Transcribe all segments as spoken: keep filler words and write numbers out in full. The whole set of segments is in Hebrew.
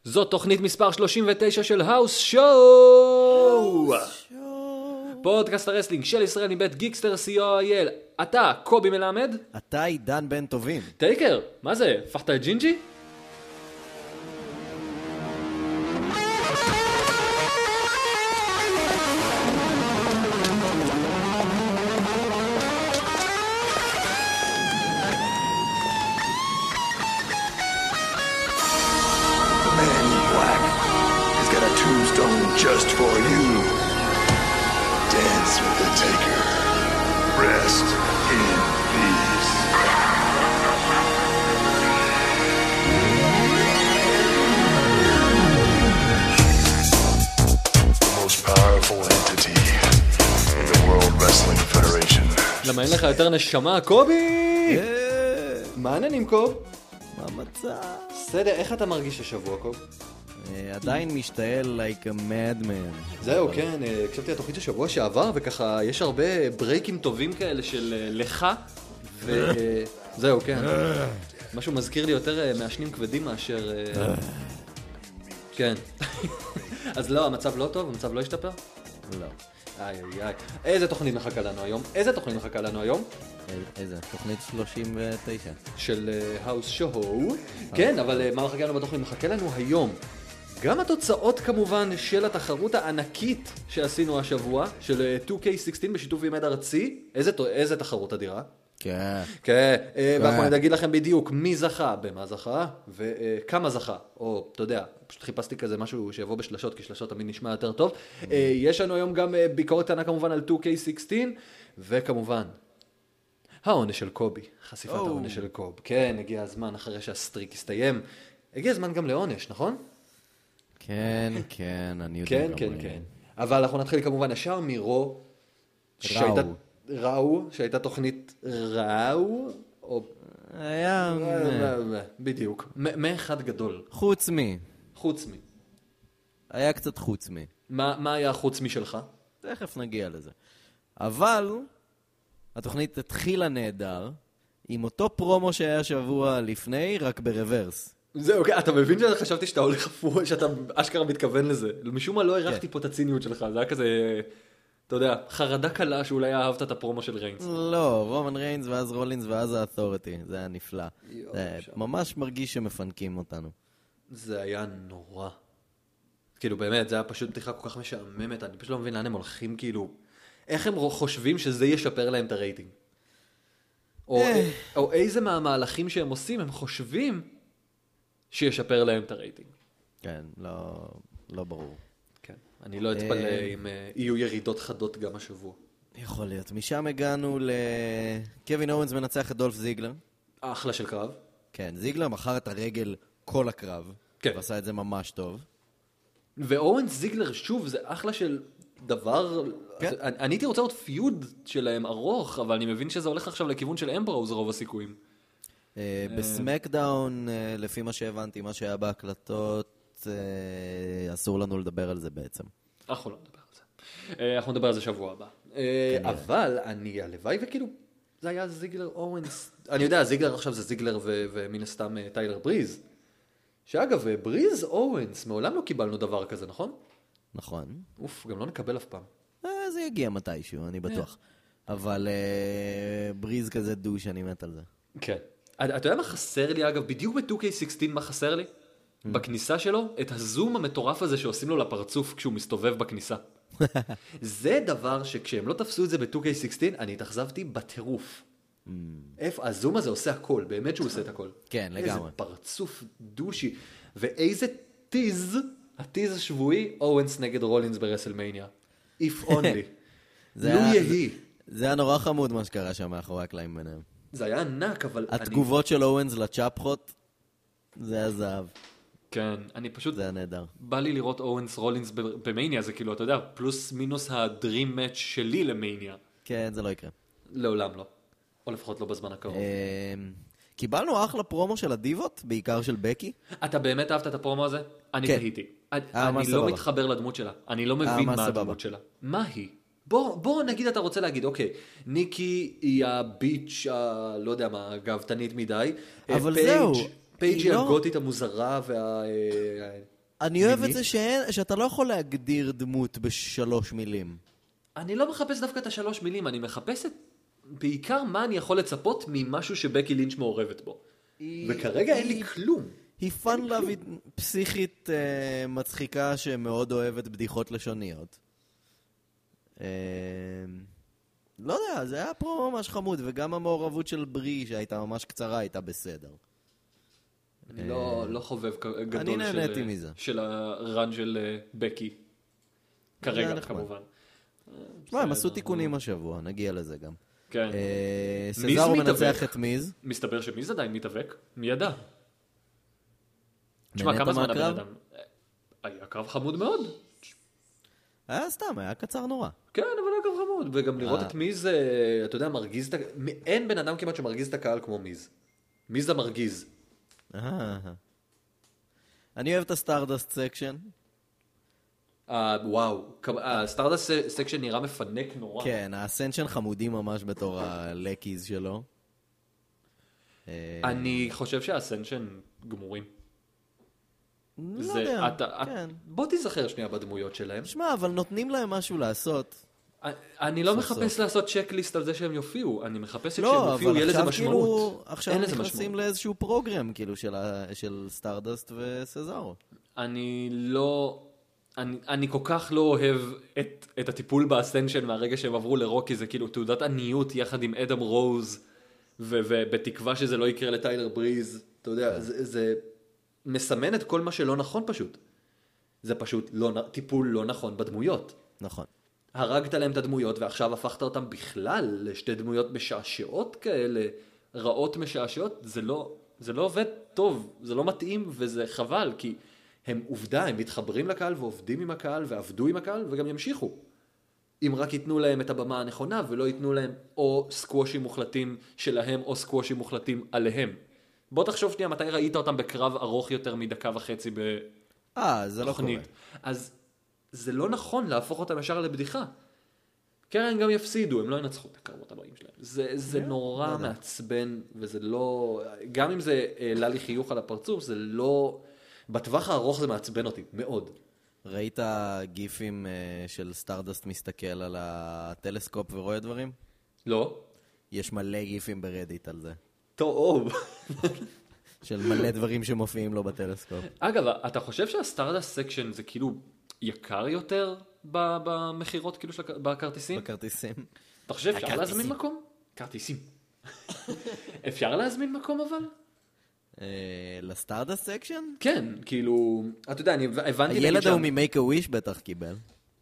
זאת תוכנית מספר שלושים ותשע של האוס שואו. פודקאסט הרסלינג של ישראל מבית גיקסטר סי או איי אל. אתה קובי מלמד. אתה עידן בן טובים. טייקר, מה זה? פחת את ג'ינג'י? Just for you. Dance with the Taker. Rest in peace. The most powerful entity in the World Wrestling Federation. למה אין לך יותר נשמה, קובי? מה העניינים, קוב? מה מצא? בסדר, איך אתה מרגיש השבוע, קוב? עדיין משתעל like a madman. זהו, כן, הקשבתי לתוכנית השבוע שעבר, וככה יש הרבה ברייקים טובים כאלה של לך, וזהו, כן. משהו מזכיר לי יותר מעשנים כבדים מאשר... כן. אז לא, המצב לא טוב? המצב לא השתפר? לא. איי, איי, איי. איזה תוכנית מחכה לנו היום? איזה תוכנית מחכה לנו היום? איזה? תוכנית שלושים ותשע. של האוס שואו. כן, אבל מה מחכה לנו בתוכנית? מחכה לנו היום. גם התוצאות כמובן של התחרות הענקית שעשינו השבוע, של טו קיי שש עשרה בשיתוף עם עד ארצי. איזה, איזה תחרות אדירה? כן. כן, ואנחנו נגיד לכם בדיוק מי זכה, במה זכה, וכמה זכה. או, אתה יודע, פשוט חיפשתי כזה משהו שיבוא בשלשות, כי שלשות תמיד נשמע יותר טוב. יש לנו היום גם ביקורת קטנה כמובן על טו קיי שש עשרה, וכמובן, העונש של קובי, חשיפת העונש של קוב. כן, הגיע הזמן אחרי שהסטריק הסתיים. הגיע הזמן גם לעונש, נכון? כן, כן, אני יודע. כן, כן, כן. אבל אנחנו נתחיל כמובן ישר מרו, שהייתה ראו, שהייתה תוכנית ראו, או... היה... בדיוק. מאחד גדול. חוץ מי. חוץ מי. היה קצת חוץ מי. מה היה חוץ מי שלך? תכף נגיע לזה. אבל התוכנית התחילה נהדר, עם אותו פרומו שהיה שבוע לפני, רק ברוורס. זהו, אתה מבין שחשבתי שאתה הולך הפוך, שאתה אשכרה מתכוון לזה. משום מה לא הרחתי פה את הציניות שלך, זה היה כזה, אתה יודע, חרדה קלה שאולי אהבת את הפרומו של ריינס. לא, רומן ריינס ואז רולינס ואז האתורטי, זה היה נפלא. ממש מרגיש שמפנקים אותנו. זה היה נורא. כאילו באמת, זה היה פשוט פתיחה כל כך משעממת, אני פשוט לא מבין לאן הם הולכים, כאילו, איך הם חושבים שזה ישפר להם את הרייטינג? או, או איזה מהמהלכים שהם עושים, הם חושבים שישפר להם את הרייטינג. כן, לא, לא ברור. כן, אני לא אתפלא אם יהיו ירידות חדות גם השבוע. יכול להיות. משם הגענו לקווין אורנס מנצח את דולף זיגלר. אחלה של קרב. כן, זיגלר מכר את הרגל כל הקרב. כן. ועשה את זה ממש טוב. ואורנס זיגלר, שוב, זה אחלה של דבר... כן. אני, אני הייתי רוצה עוד פיוד שלהם ארוך, אבל אני מבין שזה הולך עכשיו לכיוון של אמברוז רוב הסיכויים. בסמקדאון, לפי מה שהבנתי, מה שהיה בהקלטות, אסור לנו לדבר על זה בעצם. אנחנו לא נדבר על זה. אנחנו נדבר על זה שבוע הבא. אבל אני, הלוואי וכאילו, זה היה זיגלר אורנס. אני יודע, זיגלר עכשיו זה זיגלר ומן הסתם טיילר בריז. שאגב, בריז אורנס, מעולם לא קיבלנו דבר כזה, נכון? נכון. אוף, גם לא נקבל אף פעם. זה יגיע מתישהו, אני בטוח. אבל בריז כזה דוש, אני מת על זה. כן. אתה יודע מה חסר לי, אגב, בדיוק ב-טו קיי שש עשרה מה חסר לי? בכניסה שלו, את הזום המטורף הזה שעושים לו לפרצוף כשהוא מסתובב בכניסה. זה דבר שכשהם לא תפסו את זה ב-טו קיי שש עשרה, אני התאכזבתי בטירוף. איפה, הזום הזה עושה הכל, באמת שהוא עושה את הכל. כן, לגמרי. איזה פרצוף דושי, ואיזה טיז, הטיז השבועי, אורנס נגד רולינס ברסלמניה. If only. לא יהי. זה היה נורא חמוד מה שקרה שם מאחורי הקלעים ביניהם. זה היה ענק, אבל... התגובות של אורנס לצ'אפחות, זה היה זהב. כן, אני פשוט... זה היה נהדר. בא לי לראות אורנס רולינס במאניה, זה כאילו, אתה יודע, פלוס מינוס הדרים מאץ' שלי למאניה. כן, זה לא יקרה. לעולם לא. או לפחות לא בזמן הקרוב. קיבלנו אחלה פרומו של הדיבות, בעיקר של בקי. אתה באמת אהבת את הפרומו הזה? אני תהיתי. אני לא מתחבר לדמות שלה. אני לא מבין מה הדמות שלה. מה היא? בוא, בוא נגיד, אתה רוצה להגיד, אוקיי, ניקי היא הביץ', ה, לא יודע מה, גאוותנית מדי. אבל פייג', זהו. פייג' היא הגותית המוזרה וה... אני אוהב את מינית. זה שאין, שאתה לא יכול להגדיר דמות בשלוש מילים. אני לא מחפש דווקא את השלוש מילים, אני מחפש את בעיקר מה אני יכול לצפות ממשהו שבקי לינץ' מעורבת בו. וכרגע אין לי כלום. היא פן לאבית פסיכית אה, מצחיקה שמאוד אוהבת בדיחות לשוניות. אה, לא יודע, זה היה פה ממש חמוד, וגם המעורבות של ברי שהייתה ממש קצרה הייתה בסדר. אני לא, לא חובב גדול אני נהניתי של, מזה. של הרן של אה, בקי. כרגע, נחמד. כמובן. מה, הם עשו תיקונים השבוע, נגיע לזה גם. כן. אה, מיז סזארו מתאבק. מנצח את מיז. מסתבר שמיז עדיין מתאבק. מי ידע? תשמע, נהנית כמה זמן הבן מהקרב? אדם? היה קרב חמוד מאוד. היה סתם, היה קצר נורא. כן, אבל היה קרב חמוד. וגם לראות אה. את מיז, אה, אתה יודע, מרגיז את ה... אין בן אדם כמעט שמרגיז את הקהל כמו מיז. מיז המרגיז. אה. אני אוהב את הסטארדסט סקשן. אה, וואו. הסטארדסט סקשן נראה מפנק נורא. כן, האסנשן חמודי ממש בתור הלקיז שלו. אה, אני חושב שהאסנשן גמורים. לא זה- יודע, אתה- כן. בוא תיזכר שנייה בדמויות שלהם. שמע, אבל נותנים להם משהו לעשות. אני לא סוף מחפש סוף. לעשות צ'קליסט על זה שהם יופיעו, אני מחפש שכשהם לא, יופיעו אבל יהיה לזה עכשיו משמעות. כאילו, עכשיו אין לזה נכנסים משמעות. לאיזשהו פרוגרם, כאילו, של ה- של סטארדסט וסזארו. אני לא... אני, אני כל כך לא אוהב את, את הטיפול באסנשן מהרגע שהם עברו לרוקי, זה כאילו תעודת עניות יחד עם אדם רוז, ו, ובתקווה שזה לא יקרה לטיילר בריז, אתה יודע, זה, זה מסמן את כל מה שלא נכון פשוט. זה פשוט לא, טיפול לא נכון בדמויות. נכון. הרגת להם את הדמויות ועכשיו הפכת אותם בכלל לשתי דמויות משעשעות כאלה, רעות משעשעות, זה לא, זה לא עובד טוב, זה לא מתאים וזה חבל, כי הם עובדה, הם מתחברים לקהל ועובדים עם הקהל ועבדו עם הקהל וגם ימשיכו. אם רק ייתנו להם את הבמה הנכונה ולא ייתנו להם או סקוושים מוחלטים שלהם או סקוושים מוחלטים עליהם. בוא תחשוב שנייה מתי ראית אותם בקרב ארוך יותר מדקה וחצי אה, זה לא קורה. בתוכנית. אז זה לא נכון להפוך אותם ישר לבדיחה. כן, הם גם יפסידו, הם לא ינצחו את הקרבות הבאים שלהם. זה, זה נורא מעצבן, וזה לא... גם אם זה העלה לי חיוך על הפרצוף, זה לא... בטווח הארוך זה מעצבן אותי, מאוד. ראית גיפים אה, של סטארדסט מסתכל על הטלסקופ ורואה דברים? לא? יש מלא גיפים ברדיט על זה. טוב. של מלא דברים שמופיעים לו בטלסקופ. אגב, אתה חושב שהסטארדסט סקשן זה כאילו יקר יותר ב- במחירות, כאילו, של הכ- בכרטיסים? בכרטיסים. אתה חושב אפשר הכרטיסים. להזמין מקום? כרטיסים. אפשר להזמין מקום אבל? אה, לסטארדסט סקשן? כן, כאילו, אתה יודע, אני הבנתי... הילד נגיד ההוא שם- ממייק הוויש בטח קיבל.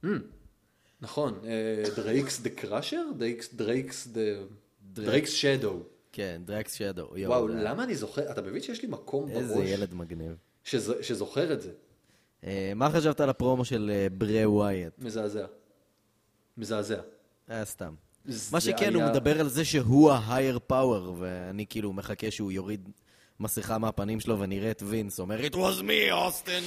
נכון, דרייקס דה קראשר? דרייקס דה... דרייקס שדו. כן, דרקס שדו. וואו, למה אני זוכר? אתה מבין שיש לי מקום איזה בראש ילד מגניב. שז- שזוכר את זה? אה, מה חשבת על הפרומו של אה, ברי ווייט? מזעזע. מזעזע. היה סתם. זה מה שכן, הוא היה- מדבר על זה שהוא ה-higher power, ואני כאילו מחכה שהוא יוריד מסכה מהפנים שלו ונראה את וינס אומר, It was me, אוסטן!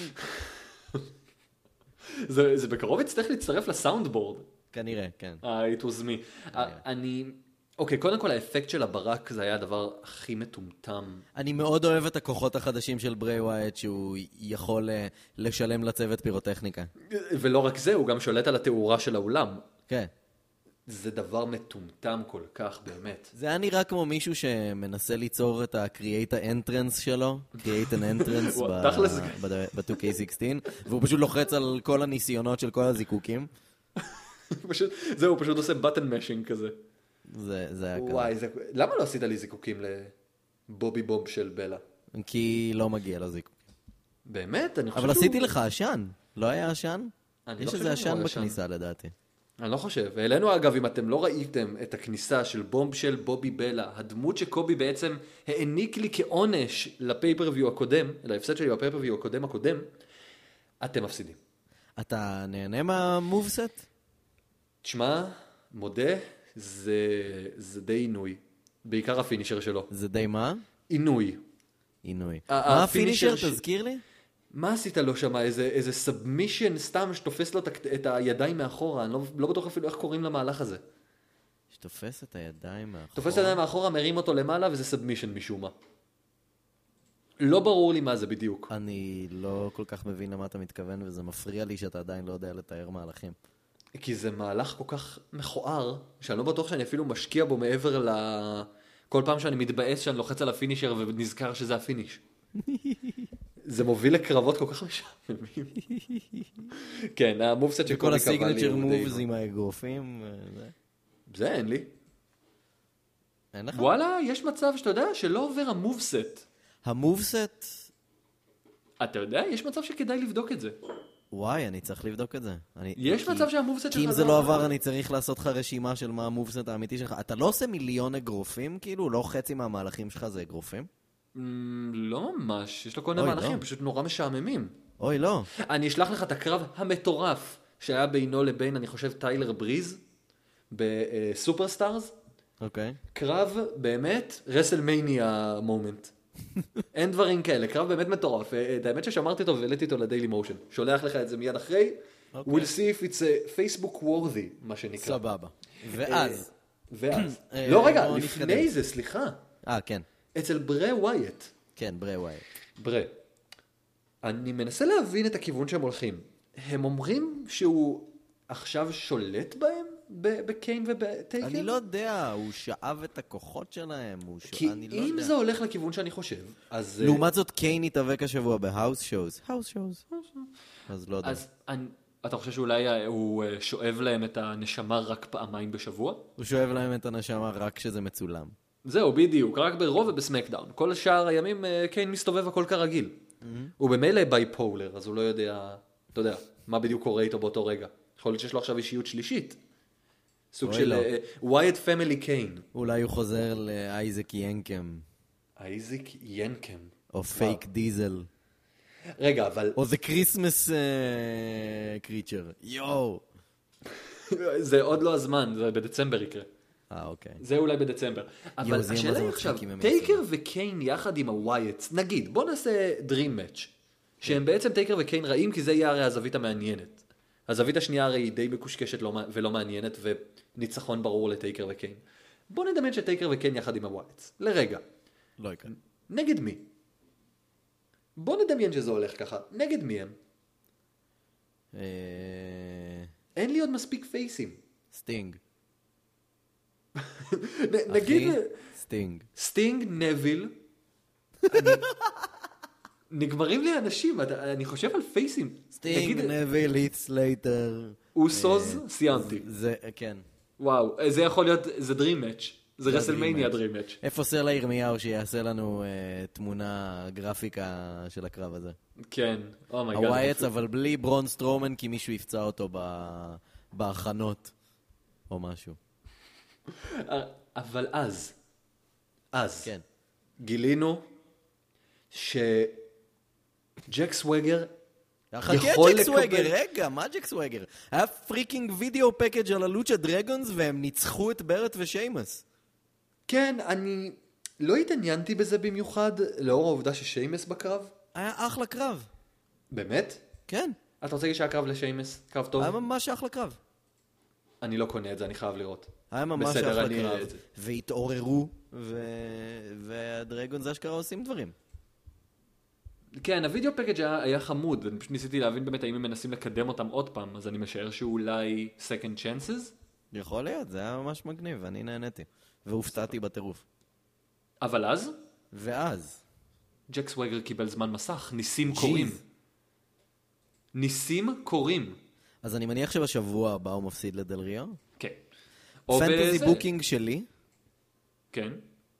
זה זה בקרוב יצטרך להצטרף לסאונדבורד. כנראה, כן. אה, it was me. אה, אני... אוקיי, קודם כל האפקט של הברק זה היה הדבר הכי מטומטם. אני מאוד אוהב את הכוחות החדשים של ברי ווייט, שהוא יכול אה, לשלם לצוות פירוטכניקה. ולא רק זה, הוא גם שולט על התאורה של האולם. כן. זה דבר מטומטם כל כך, באמת. זה היה נראה כמו מישהו שמנסה ליצור את ה-create a entrance שלו, create an entrance וואו, תכלס. ב-טו קיי סיקס עשרה, והוא פשוט לוחץ על כל הניסיונות של כל הזיקוקים. פשוט, זהו, הוא פשוט עושה בטן משינג כזה. זה, זה היה כזה. וואי, זה... למה לא עשית לי זיקוקים לבובי בוב של בלה? כי לא מגיע לזיקוק. באמת? אני חושב אבל שהוא- עשיתי לך עשן. לא היה עשן? אני יש לא איזה חושב עשן שהוא עשן. בכניסה לדעתי. אני לא חושב. העלינו אגב, אם אתם לא ראיתם את הכניסה של בומב של בובי בלה, הדמות שקובי בעצם העניק לי כעונש לפייפריוויו הקודם, להפסד שלי בפייפריוויו הקודם הקודם, אתם מפסידים. אתה נהנה מהמובסט? תשמע, מודה, זה, זה די עינוי. בעיקר הפינישר שלו. זה די מה? עינוי. עינוי. ה- מה הפינישר הפינישר? ש- תזכיר לי? מה עשית לו שם? איזה, איזה סאבמישן סתם שתופס לו את, הכ- את הידיים מאחורה. אני לא, לא בטוח אפילו איך קוראים למהלך הזה. שתופס את הידיים מאחור. תופס את הידיים מאחורה, מרים אותו למעלה, וזה סאבמישן משום מה. לא ברור לי מה זה בדיוק. אני לא כל כך מבין למה אתה מתכוון, וזה מפריע לי שאתה עדיין לא יודע לתאר מהלכים. כי זה מהלך כל כך מכוער, שאני לא בטוח שאני אפילו משקיע בו מעבר ל... כל פעם שאני מתבאס שאני לוחץ על הפינישר ונזכר שזה הפיניש. זה מוביל לקרבות כל כך משעממים. כן, המובסט של וכל קובי קוואלי הסיגנצ'ר הוא די... מובס עם האגרופים. זה. זה אין לי. אין לך? וואלה, יש מצב שאתה יודע שלא עובר המובסט. המובסט, אתה יודע, יש מצב שכדאי לבדוק את זה. וואי, אני צריך לבדוק את זה. אני, יש כי, מצב שהמובסט שלך... כי אם זה לא עבר, אני צריך לעשות לך רשימה של מה המובסט האמיתי שלך. אתה לא עושה מיליון אגרופים? כאילו, לא חצי מהמהלכים שלך זה אגרופים? לא ממש, יש לו כל מיני אוי, מהלכים, לא. פשוט נורא משעממים. אוי, לא. אני אשלח לך את הקרב המטורף שהיה בינו לבין, אני חושב, טיילר בריז בסופרסטארס. אוקיי. קרב באמת רסלמניה מומנט. אין דברים כאלה, קרב באמת מטורף. האמת ששמרתי אותו והעליתי אותו לדיילי מושן. שולח לך את זה מיד אחרי. אוקיי. We'll see if it's a Facebook worthy, מה שנקרא. סבבה. ואז. ואז. אה, לא, רגע, בוא לפני נתקדם. זה, סליחה. אה, כן. אצל ברי ווייט. כן, ברי ווייט. ברי. אני מנסה להבין את הכיוון שהם הולכים. הם אומרים שהוא עכשיו שולט בהם? ב- בקיין ובטייקר? אני לא יודע, הוא שאב את הכוחות שלהם, הוא ש... כי אני לא אם יודע. זה הולך לכיוון שאני חושב, אז... לעומת זאת, קיין התאבק השבוע בהאוס שואוז. האוס שואוז. אז לא יודע. אז אני, אתה חושב שאולי הוא אה, שואב להם את הנשמה רק פעמיים בשבוע? הוא שואב להם את הנשמה רק כשזה מצולם. זהו, בדיוק, רק ברוב ובסמקדאון. כל שאר הימים אה, קיין מסתובב הכל כרגיל. הוא במילא בייפולר, אז הוא לא יודע, אתה יודע, מה בדיוק קורה איתו באותו רגע. יכול להיות שיש לו עכשיו אישיות שלישית. סוג אוי, של לא. ווייט פמילי קיין. אולי הוא חוזר לאייזק ינקם, אייזיק ינקם. או פייק דיזל, רגע, אבל או The Christmas קריצ'ר. יואו. זה עוד לא הזמן, זה בדצמבר יקרה. אה, אוקיי. זה אולי בדצמבר. אבל זה יהיה השאלה מה זה היא מצחיק עכשיו, אם הם טייקר יעשו. וקיין יחד עם הווייטס, נגיד, בוא נעשה דרים מאץ', שהם בעצם טייקר וקיין רעים, כי זה יהיה הרי הזווית המעניינת. הזווית השנייה הרי היא די מקושקשת לא- ולא מעניינת, וניצחון ברור לטייקר וקיין. בוא נדמיין שטייקר וקיין יחד עם הווייטס, לרגע. לא יקרה. נגד מי? בוא נדמיין שזה הולך ככה, נגד מי הם? אה, אין לי עוד מספיק פייסים. סטינג. נ- נגיד... אחי, סטינג. סטינג, נביל, אני- נגמרים לי אנשים, אתה- אני חושב על פייסים. סטינג, נגיד, נביל, היט סלייטר. אוסוז, סיימתי. זה, כן. וואו, זה יכול להיות, זה דרים מאץ'. זה זה רסלמניה הדרים דרים מאץ'. איפה סלע ירמיהו שיעשה לנו אה, תמונה גרפיקה של הקרב הזה? כן, אומייגאד. הווייטס, אבל בלי ברון סטרומן, כי מישהו יפצע אותו ב- בהכנות, או משהו. אבל אז, אז, כן. גילינו שג'ק סווגר חכה יכול ג'ק סווגר, לקבל... רגע, מה ג'ק סווגר? היה פריקינג וידאו פקאג' על הלוצ'ה דרגונס, והם ניצחו את ברט ושיימס. כן, אני לא התעניינתי בזה במיוחד, לאור העובדה ששיימס בקרב. היה אחלה קרב. באמת? כן, אתה רוצה להגיד שהיה קרב לשיימס? קרב טוב? היה ממש אחלה קרב. אני לא קונה את זה, אני חייב לראות. היה ממש בסדר, אחלה אני אראה קרב. את זה. והתעוררו, ו... והדרגונס אשכרה עושים דברים. כן, הווידאו פקאג' היה, היה חמוד, ואני פשוט ניסיתי להבין באמת האם הם מנסים לקדם אותם עוד פעם, אז אני משער שאולי second chances, יכול להיות, זה היה ממש מגניב, ואני נהניתי. והופתעתי בטירוף. אבל אז ואז, ג'ק סווגר קיבל זמן מסך, ניסים קורים. ניסים קורים. אז אני מניח שבשבוע הבא הוא מפסיד לדל ריו. כן. או פנטזי בזה. בוקינג שלי, כן.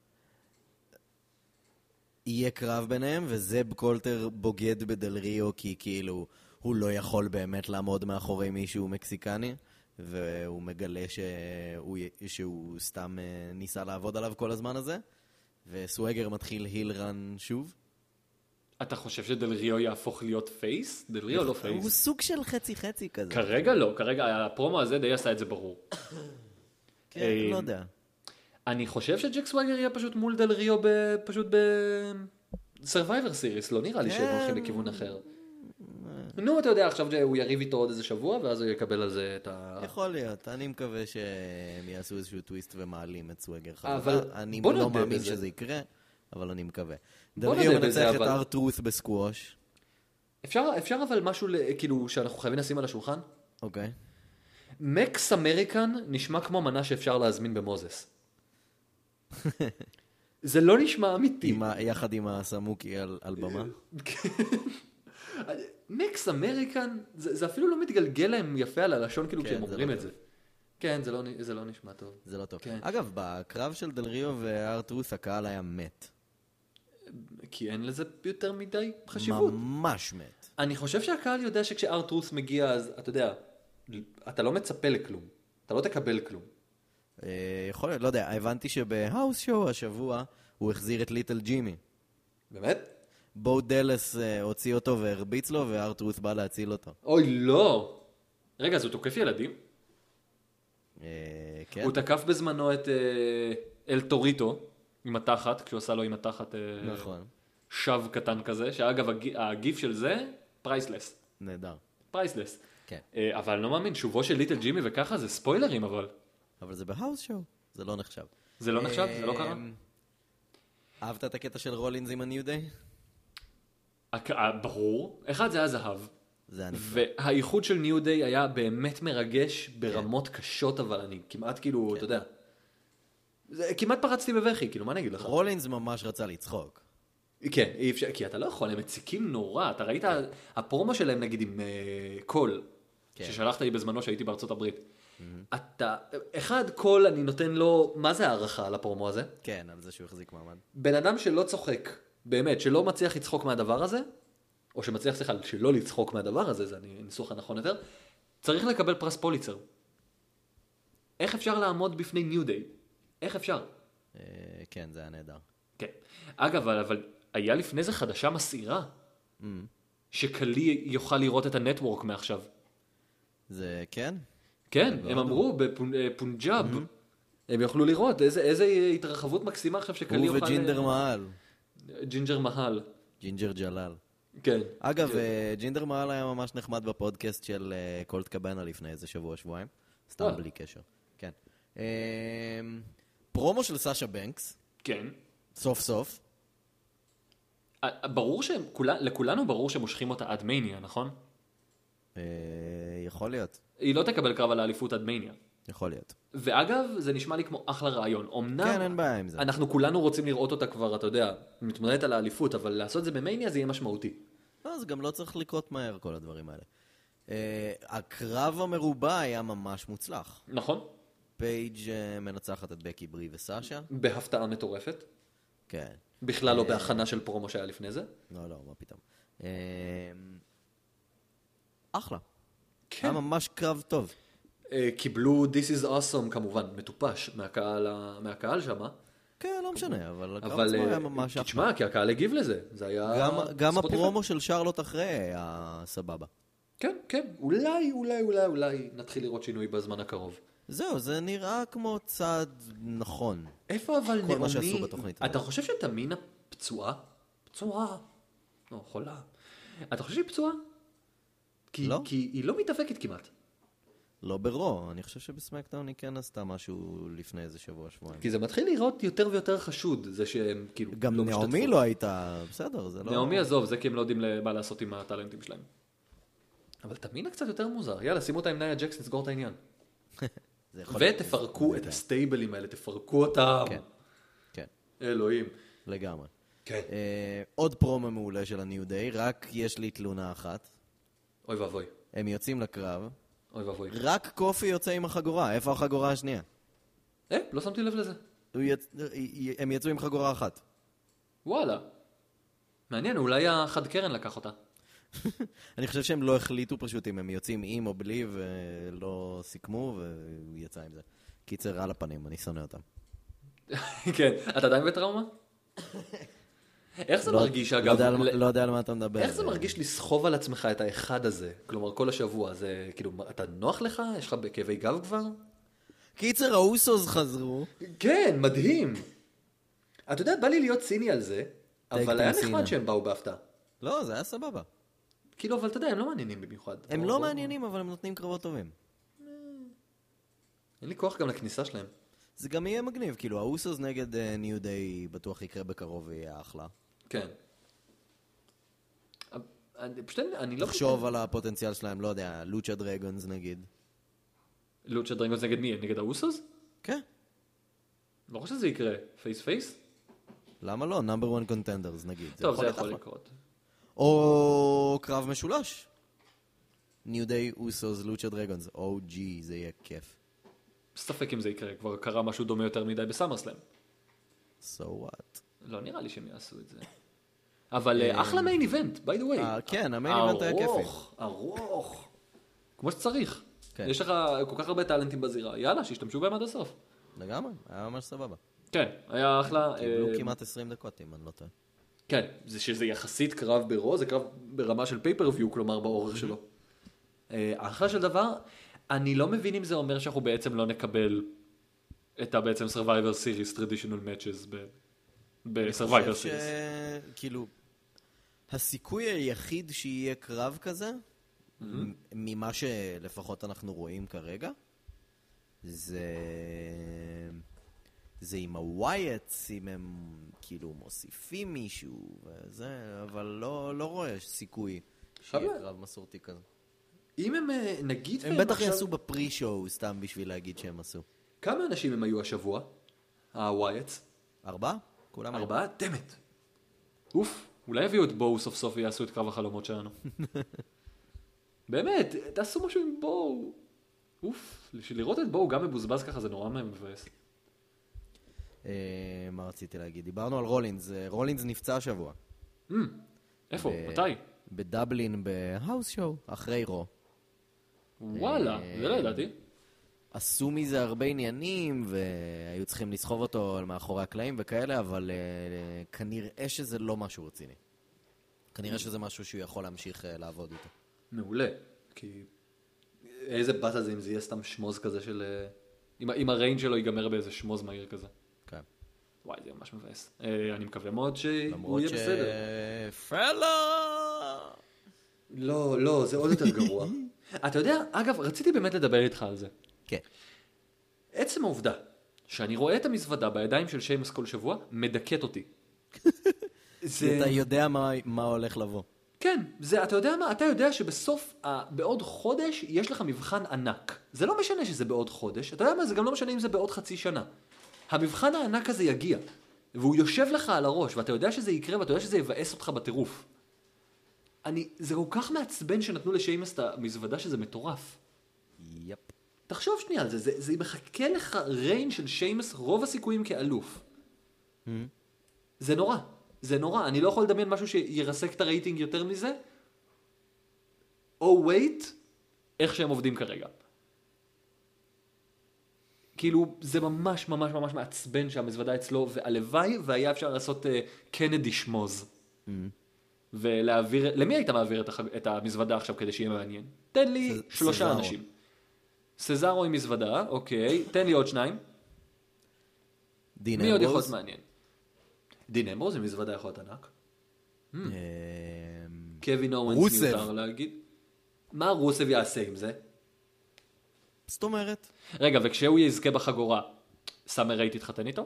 יהיה קרב ביניהם, וזב קולטר בוגד בדל ריו, כי כאילו הוא לא יכול באמת לעמוד מאחורי מישהו מקסיקני, והוא מגלה שהוא, שהוא סתם אה, ניסה לעבוד עליו כל הזמן הזה, וסווגר מתחיל היל רן שוב. אתה חושב שדל ריו יהפוך להיות פייס? דל ריו לא הוא פייס. סוג של חצי חצי כזה. כרגע לא, כרגע הפרומו הזה די עשה את זה ברור. כן, אה, לא יודע. אני חושב שג'ק סווגר יהיה פשוט מול דל ריו ב- פשוט ב... Survivor Series, לא נראה לי שהם כן. הולכים לכיוון אחר. נו, אתה יודע, עכשיו הוא יריב איתו עוד איזה שבוע, ואז הוא יקבל על זה את ה... יכול להיות, אני מקווה שהם יעשו איזשהו טוויסט ומעלים את סווגר אבל חזרה. אני בוא לא נודה מאמין בזה. שזה יקרה, אבל אני מקווה. בוא דלריו נדע בזה, מנצח את אבל- ארטרוס בסקווש. אפשר, אפשר אבל משהו, ל- כאילו, שאנחנו חייבים לשים על השולחן? אוקיי. מקס אמריקן נשמע כמו מנה שאפשר להזמין במוזס. זה לא נשמע אמיתי. עם ה- יחד עם הסמוקי על על במה. מקס אמריקן, זה, זה אפילו לא מתגלגל להם יפה על הלשון כאילו כן, כשהם זה אומרים לא את זה. כן, זה לא, זה לא נשמע טוב. זה לא טוב. כן. אגב, בקרב של דלריו וארטרוס הקהל היה מת. כי אין לזה יותר מדי חשיבות. ממש מת. אני חושב שהקהל יודע שכשארטרוס מגיע, אז אתה יודע, אתה לא מצפה לכלום. אתה לא תקבל כלום. אה, יכול להיות, לא יודע, הבנתי שבהאוס שואו השבוע הוא החזיר את ליטל ג'ימי. באמת? בו דלס אה, הוציא אותו והרביץ לו, וארטרוס בא להציל אותו. אוי, לא. רגע, אז הוא תוקף ילדים? אה, כן? הוא תקף בזמנו את אה, אל טוריטו עם התחת, כשהוא עשה לו עם התחת אה, נכון. שו קטן כזה, שאגב, הג- הגיף של זה, פרייסלס. נהדר. פרייסלס. כן. אה, אבל אני לא מאמין, שובו של ליטל ג'ימי וככה זה ספוילרים, אבל אבל זה בהאוס שואו, זה לא נחשב. זה לא נחשב? זה לא קרה? אה, אהבת את הקטע של רולינס עם הניו דיי? הק- אה, ברור. אחד זה היה זהב. זה אני... והאיחוד של ניו דיי היה באמת מרגש ברמות קשות, אבל אני כמעט כאילו, אתה יודע, זה, כמעט פרצתי בבכי, כאילו, מה אני אגיד לך? רולינס ממש רצה לצחוק. כן, אי אפשר, כי אתה לא יכול, הם מציקים נורא, אתה ראית, הפרומו שלהם נגיד עם uh, קול, כן. ששלחת לי בזמנו שהייתי בארצות הברית, אתה, אחד קול אני נותן לו, מה זה הערכה על הפרומו הזה? כן, על זה שהוא החזיק מעמד. בן אדם שלא צוחק, באמת, שלא מצליח לצחוק מהדבר הזה, או שמצליח, סליחה, שלא לצחוק מהדבר הזה, זה הניסוח הנכון יותר, צריך לקבל פרס פוליצר. איך אפשר לעמוד בפני ניו דיי? איך אפשר? אה, כן, זה היה נהדר. כן. אגב, אבל, אבל היה לפני זה חדשה מסעירה, שקלי יוכל לראות את הנטוורק מעכשיו. זה כן? כן, הם אמרו בפונג'אב, הם יוכלו לראות איזה, איזה התרחבות מקסימה עכשיו שקלי הוא יוכל... וג'ינדר מעל. ג'ינג'ר מהל. ג'ינג'ר ג'לל. כן. אגב, אה, ג'ינדר מעל היה ממש נחמד בפודקאסט של אה, קולט קבנה לפני איזה שבוע, שבועיים. סתם וואלה. בלי קשר. כן. אה, פרומו של סאשה בנקס, כן. סוף סוף. אה, ברור שהם, כולה- לכולנו ברור שמושכים אותה עד מניה, נכון? אה, יכול להיות. היא לא תקבל קרב על האליפות עד מניה. יכול להיות. ואגב, זה נשמע לי כמו אחלה רעיון. אמנם, כן, אין בעיה עם זה. אנחנו כולנו רוצים לראות אותה כבר, אתה יודע, מתמודדת על האליפות, אבל לעשות את זה במניה זה יהיה משמעותי. לא, זה גם לא צריך לקרות מהר, כל הדברים האלה. Uh, הקרב המרובע היה ממש מוצלח. נכון? פייג' uh, מנצחת את בקי ברי וסאשה. בהפתעה מטורפת. כן. בכלל לא בהכנה של פרומו שהיה לפני זה. לא, לא, מה פתאום. Uh, אחלה. כן. היה ממש קרב טוב. אה, קיבלו This is awesome כמובן, מטופש מהקהל, ה- מהקהל שמה. כן, לא משנה, אבל הקרב אבל, עצמו אה, היה ממש כי אחלה. תשמע, כי הקהל הגיב לזה. זה היה... גם, גם ספוטיפיי. הפרומו של שרלוט אחרי היה סבבה. כן, כן. אולי, אולי, אולי, אולי נתחיל לראות שינוי בזמן הקרוב. זהו, זה נראה כמו צעד נכון. איפה אבל כל מה שעשו נעמי... בתוכנית אתה הזאת. חושב שתמינה פצועה? פצועה. לא, חולה. אתה חושב שהיא פצועה? כי, לא. כי היא לא מתאבקת כמעט. לא ברו, אני חושב שבסמקדאון היא כן עשתה משהו לפני איזה שבוע, שבועיים. כי זה מתחיל לראות יותר ויותר חשוד, זה שהם כאילו גם לא נעמי משתתפות. לא הייתה, בסדר, זה לא... נעמי עזוב, זה כי הם לא יודעים מה לעשות עם הטלנטים שלהם. אבל תמינה קצת יותר מוזר. יאללה, שימו אותה עם נאיה ג'קס, נסגור את העניין. זה יכול להיות- ותפרקו את הסטייבלים האלה, תפרקו אותם. כן, כן, אלוהים. לגמרי. כן. אה, עוד פרומו מעולה של הניו דיי, רק יש לי תלונה אחת. אוי ואבוי. הם יוצאים לקרב, אוי ואבוי. רק קופי יוצא עם החגורה, איפה החגורה השנייה? אה, לא שמתי לב לזה. הוא יצ... הם יצאו עם חגורה אחת. וואלה. מעניין, אולי החד קרן לקח אותה. אני חושב שהם לא החליטו פשוט אם הם יוצאים עם או בלי ולא סיכמו והוא יצא עם זה. קיצר על הפנים, אני שונא אותם. כן. אתה עדיין בטראומה? איך זה לא- מרגיש, לא אגב? יודע על מה- ל- לא יודע על מה אתה מדבר. איך זה מרגיש לסחוב על עצמך את האחד הזה? כלומר, כל השבוע. זה כאילו, אתה נוח לך? יש לך כאבי גב כבר? קיצר, האוסוס חזרו. כן, מדהים. אתה יודע, בא לי להיות ציני על זה, אבל היה סינה. נחמד שהם באו בהפתעה. לא, זה היה סבבה. כאילו, אבל אתה יודע, הם לא מעניינים במיוחד. הם או- לא או- מעניינים, אבל הם נותנים קרבות טובים. אין לי כוח גם לכניסה שלהם. זה גם יהיה מגניב, כאילו, האוסוס נגד ניו דיי בטוח יקרה בקרוב ויהיה אחלה. כן. אני פשוט, אני לא... תחשוב על הפוטנציאל שלהם, לא יודע, לוצ'ה דרגונס נגיד. לוצ'ה דרגונס נגד מי? נגד האוסוס? כן. לא חושב שזה יקרה. פייס פייס? למה לא? נאמבר וואן קונטנדרס נגיד. טוב, זה יכול לקרות. או קרב משולש. ניו דיי, אוסוס, לוצ'ה דרגונס. או ג'י, זה יהיה כיף. ספק אם זה יקרה, כבר קרה משהו דומה יותר מדי בסאמרסלאם. So what? לא נראה לי שהם יעשו את זה. אבל אחלה מיין איבנט, by the way. כן, המיין איבנט היה כיפי. ארוך, ארוך. כמו שצריך. כן. יש לך כל כך הרבה טלנטים בזירה. יאללה, שישתמשו בהם עד הסוף. לגמרי, היה ממש סבבה. כן, היה אחלה. קיבלו כמעט עשרים דקות, אם אני לא טועה. כן, זה שזה יחסית קרב ברו, זה קרב ברמה של פייפריוויו, כלומר באורך שלו. אחלה של דבר, אני לא מבין אם זה אומר שאנחנו בעצם לא נקבל את בעצם Survivor Series Traditional Matches ב-Survivor Series. כאילו, הסיכוי היחיד שיהיה קרב כזה, ממה שלפחות אנחנו רואים כרגע, זה... זה עם הווייטס, אם הם כאילו מוסיפים מישהו וזה, אבל לא, לא רואה סיכוי שיהיה קרב מסורתי כזה. אם הם נגיד... הם בטח יעשו בפרי-שואו, סתם בשביל להגיד שהם עשו. כמה אנשים הם היו השבוע? הווייטס? ארבעה? כולם ארבעה? דמת. אוף, אולי יביאו את בואו סוף סוף ויעשו את קרב החלומות שלנו. באמת, תעשו משהו עם בואו. אוף, לראות את בואו גם מבוזבז ככה זה נורא מבאס. מה רציתי להגיד? דיברנו על רולינס. רולינס נפצע השבוע. איפה? מתי? בדבלין, בהאוס שואו, אחרי רו. וואלה, זה לא ידעתי. עשו מזה הרבה עניינים, והיו צריכים לסחוב אותו מאחורי הקלעים וכאלה, אבל כנראה שזה לא משהו רציני. כנראה שזה משהו שהוא יכול להמשיך לעבוד איתו. מעולה, כי איזה בת זה אם זה יהיה סתם שמוז כזה של... אם הריינג' שלו ייגמר באיזה שמוז מהיר כזה. כן. וואי, זה ממש מבאס. אני מקווה מאוד שהוא יהיה בסדר. למרות ש... פרלה! לא, לא, זה עוד יותר גרוע. אתה יודע, אגב, רציתי באמת לדבר איתך על זה. כן. עצם העובדה שאני רואה את המזוודה בידיים של שיימס כל שבוע, מדכאת אותי. זה... אתה יודע מה, מה הולך לבוא. כן, זה, אתה יודע מה? אתה יודע שבסוף, בעוד חודש, יש לך מבחן ענק. זה לא משנה שזה בעוד חודש. אתה יודע מה? זה גם לא משנה אם זה בעוד חצי שנה. המבחן הענק הזה יגיע, והוא יושב לך על הראש, ואתה יודע שזה יקרה, ואתה יודע שזה יבאס אותך בטירוף. אני, זה כל כך מעצבן שנתנו לשיימס את המזוודה שזה מטורף. יפ. תחשוב שנייה על זה, זה, זה מחכה לך ריין של שיימס רוב הסיכויים כאלוף. Mm-hmm. זה נורא, זה נורא. אני לא יכול לדמיין משהו שירסק את הרייטינג יותר מזה. או wait, איך שהם עובדים כרגע. כאילו, זה ממש ממש ממש מעצבן שהמזוודה אצלו, והלוואי, והיה אפשר לעשות קנדי שמוז. Mm-hmm. ולהעביר, למי היית מעביר את, הח... את המזוודה עכשיו כדי שיהיה מעניין? תן לי ס... שלושה סזארו. אנשים. סזארו עם מזוודה, אוקיי. תן לי עוד שניים. דין מי אמברוז? עוד יכול להיות מעניין? דין אמברוז עם מזוודה יכול להיות ענק. Hmm. קווין אורנס מיותר להגיד. מה רוסב יעשה עם זה? זאת אומרת. רגע, וכשהוא יזכה בחגורה, סאמר רייט יתחתן איתו?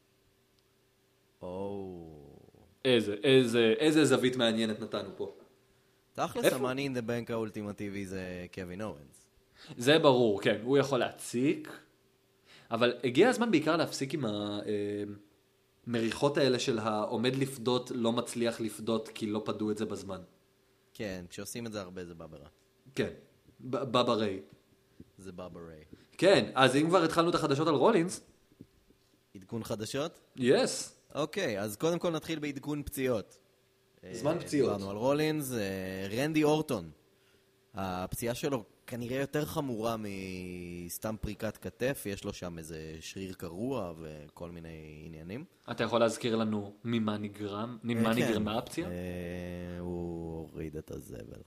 או... איזה, איזה, איזה זווית מעניינת נתנו פה. תכלס, המאני אין דה בנק האולטימטיבי זה קווין אורנס. זה ברור, כן. הוא יכול להציק, אבל הגיע הזמן בעיקר להפסיק עם המריחות האלה של העומד לפדות, לא מצליח לפדות כי לא פדו את זה בזמן. כן, כשעושים את זה הרבה זה בברה. כן, בבא ריי. זה בבא ריי. כן, אז אם כבר התחלנו את החדשות על רולינס. עדכון חדשות? יס. אוקיי, אז קודם כל נתחיל בעדכון פציעות. זמן פציעות. דיברנו על רולינס, רנדי אורטון. הפציעה שלו כנראה יותר חמורה מסתם פריקת כתף, יש לו שם איזה שריר קרוע וכל מיני עניינים. אתה יכול להזכיר לנו ממה נגרם, ממה נגרמה הפציעה? הוא הוריד את הזבל.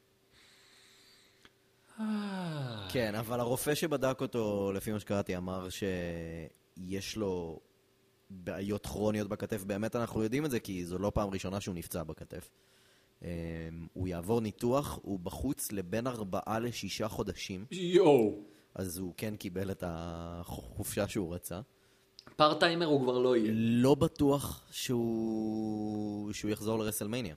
כן, אבל הרופא שבדק אותו, לפי מה שקראתי, אמר שיש לו בעיות כרוניות בכתף. באמת אנחנו יודעים את זה, כי זו לא פעם ראשונה שהוא נפצע בכתף. הוא יעבור ניתוח, הוא בחוץ לבין ארבעה לשישה חודשים. יואו. אז הוא כן קיבל את החופשה שהוא רצה. פארט-טיימר הוא כבר לא יהיה. לא בטוח שהוא, שהוא יחזור לרסלמניה.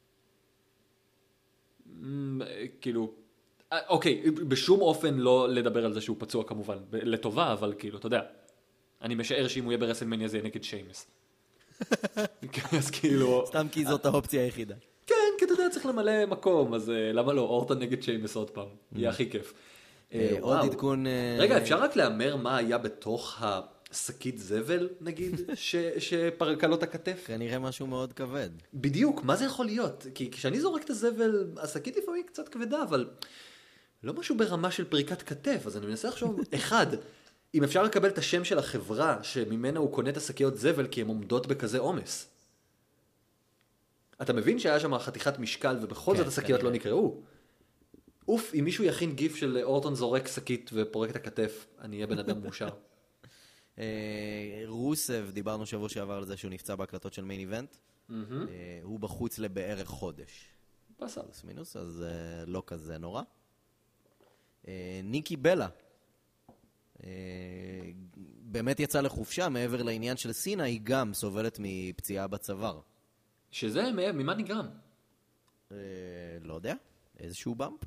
כאילו, אוקיי, בשום אופן לא לדבר על זה שהוא פצוע כמובן, לטובה, אבל כאילו, אתה יודע, אני משער שאם הוא יהיה ברסלמניה זה יהיה נגד שיימס. אז כאילו... סתם כי זאת האופציה היחידה. כן, כי אתה יודע, צריך למלא מקום, אז למה לא? אורטון נגד שיימס עוד פעם, יהיה הכי כיף. עוד עדכון... רגע, אפשר רק לאמר מה היה בתוך השקית זבל, נגיד, שפרקה לו את הכתף? כנראה משהו מאוד כבד. בדיוק, מה זה יכול להיות? כי כשאני זורק את הזבל, השקית לפעמים קצת כבדה, אבל לא משהו ברמה של פריקת כתף, אז אני מנסה לחשוב, אחד, אם אפשר לקבל את השם של החברה שממנה הוא קונה את השקיות זבל, כי הן עומדות בכזה עומס. אתה מבין שהיה שם חתיכת משקל, ובכל כן, זאת השקיות כנראה. לא נקראו? אוף, אם מישהו יכין גיף של אורטון זורק שקית ופורק את הכתף, אני אהיה בן אדם מאושר. אה, רוסב, דיברנו שבוע שעבר על זה שהוא נפצע בהקלטות של מיין איבנט. אה, הוא בחוץ לבערך חודש. בסדר. פלוס מינוס, אז אה, לא כזה נורא. אה, ניקי בלה. אה, באמת יצא לחופשה, מעבר לעניין של סינה, היא גם סובלת מפציעה בצוואר. שזה, ממה נגרם? אה, לא יודע, איזשהו במפ?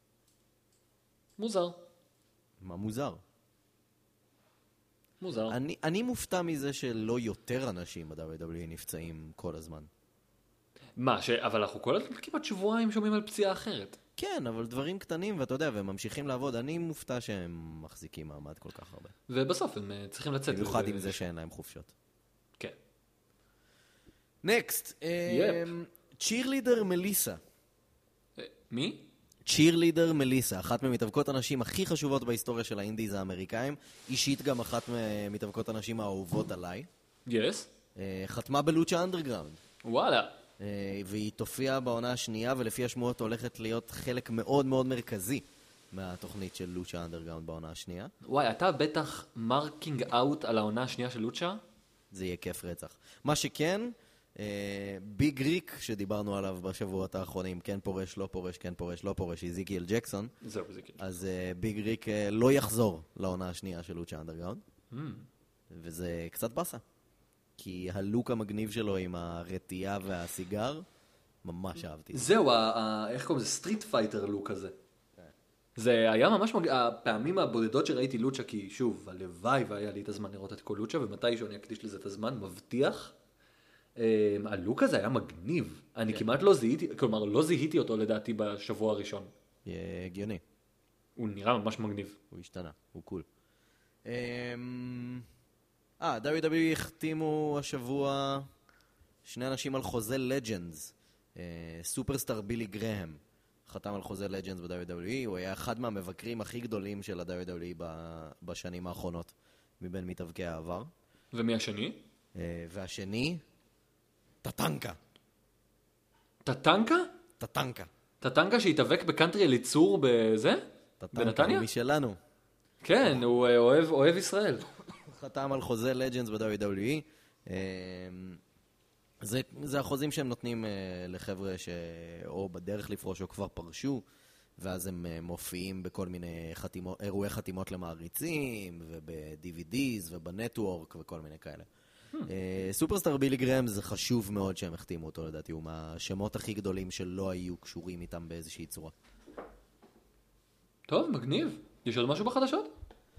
מוזר. מה מוזר? מוזר. אני, אני מופתע מזה שלא יותר אנשים ב-דאבליו דאבליו אי נפצעים כל הזמן. מה, ש... אבל אנחנו כל כמעט שבועיים שומעים על פציעה אחרת. כן, אבל דברים קטנים, ואתה יודע, והם ממשיכים לעבוד. אני מופתע שהם מחזיקים מעמד כל כך הרבה. ובסוף הם uh, צריכים לצאת. במיוחד ו... עם זה שאין להם חופשות. כן. נקסט. צ'ירלידר מליסה. Uh, מי? צ'ירלידר מליסה, אחת ממתאבקות הנשים הכי חשובות בהיסטוריה של האינדיז האמריקאים. אישית גם אחת ממתאבקות הנשים האהובות עליי. יס. Uh, חתמה בלוצ'ה אנדרגראונד. וואלה. Uh, והיא תופיע בעונה השנייה, ולפי השמועות הולכת להיות חלק מאוד מאוד מרכזי מהתוכנית של לוצ'ה אנדרגראונד בעונה השנייה. וואי, אתה בטח מרקינג אאוט על העונה השנייה של לוצ'ה? זה יהיה כיף רצח. מה שכן, ביג ריק שדיברנו עליו בשבועות האחרונים, כן פורש, לא פורש, כן פורש, לא פורש, איזיקיאל ג'קסון. זהו, איזיקיאל. אז ביג ריק לא יחזור לעונה השנייה של לוצ'ה אנדרגראונד. וזה קצת בסה. כי הלוק המגניב שלו עם הרטייה והסיגר, ממש אהבתי. זהו, ה- ה- איך קוראים לזה? סטריט פייטר לוק הזה. זה היה ממש מג... הפעמים הבודדות שראיתי לוצ'ה, כי שוב, הלוואי והיה לי את הזמן לראות את כל לוצ'ה, ומתישהו אני אקדיש לזה את הזמן, מבטיח. הלוק הזה היה מגניב. אני כמעט לא זיהיתי, כלומר, לא זיהיתי אותו לדעתי בשבוע הראשון. יהיה הגיוני. הוא נראה ממש מגניב. הוא השתנה, הוא קול. אה, דאבליו דאבליו אי החתימו השבוע שני אנשים על חוזה לג'נדס. סופרסטאר בילי גרהם חתם על חוזה לג'נדס ב-דאבליו דאבליו אי. הוא היה אחד מהמבקרים הכי גדולים של ה-דאבליו דאבליו אי בשנים האחרונות, מבין מתאבקי העבר. ומי השני? והשני, טטנקה. טטנקה? טטנקה. טטנקה שהתאבק בקאנטרי אליצור בזה? טטנקה בנתניה? הוא משלנו. כן, הוא אוהב, אוהב ישראל. חתם על חוזה לג'נדס ב-דאבליו דאבליו אי. זה, זה החוזים שהם נותנים uh, לחבר'ה שאו בדרך לפרוש או כבר פרשו, ואז הם uh, מופיעים בכל מיני חתימות, אירועי חתימות למעריצים, וב-די וי דיז ובנטוורק וכל מיני כאלה. Hmm. Uh, סופרסטאר בילי גרם זה חשוב מאוד שהם החתימו אותו, לדעתי. הוא מהשמות הכי גדולים שלא היו קשורים איתם באיזושהי צורה. טוב, מגניב. יש עוד משהו בחדשות?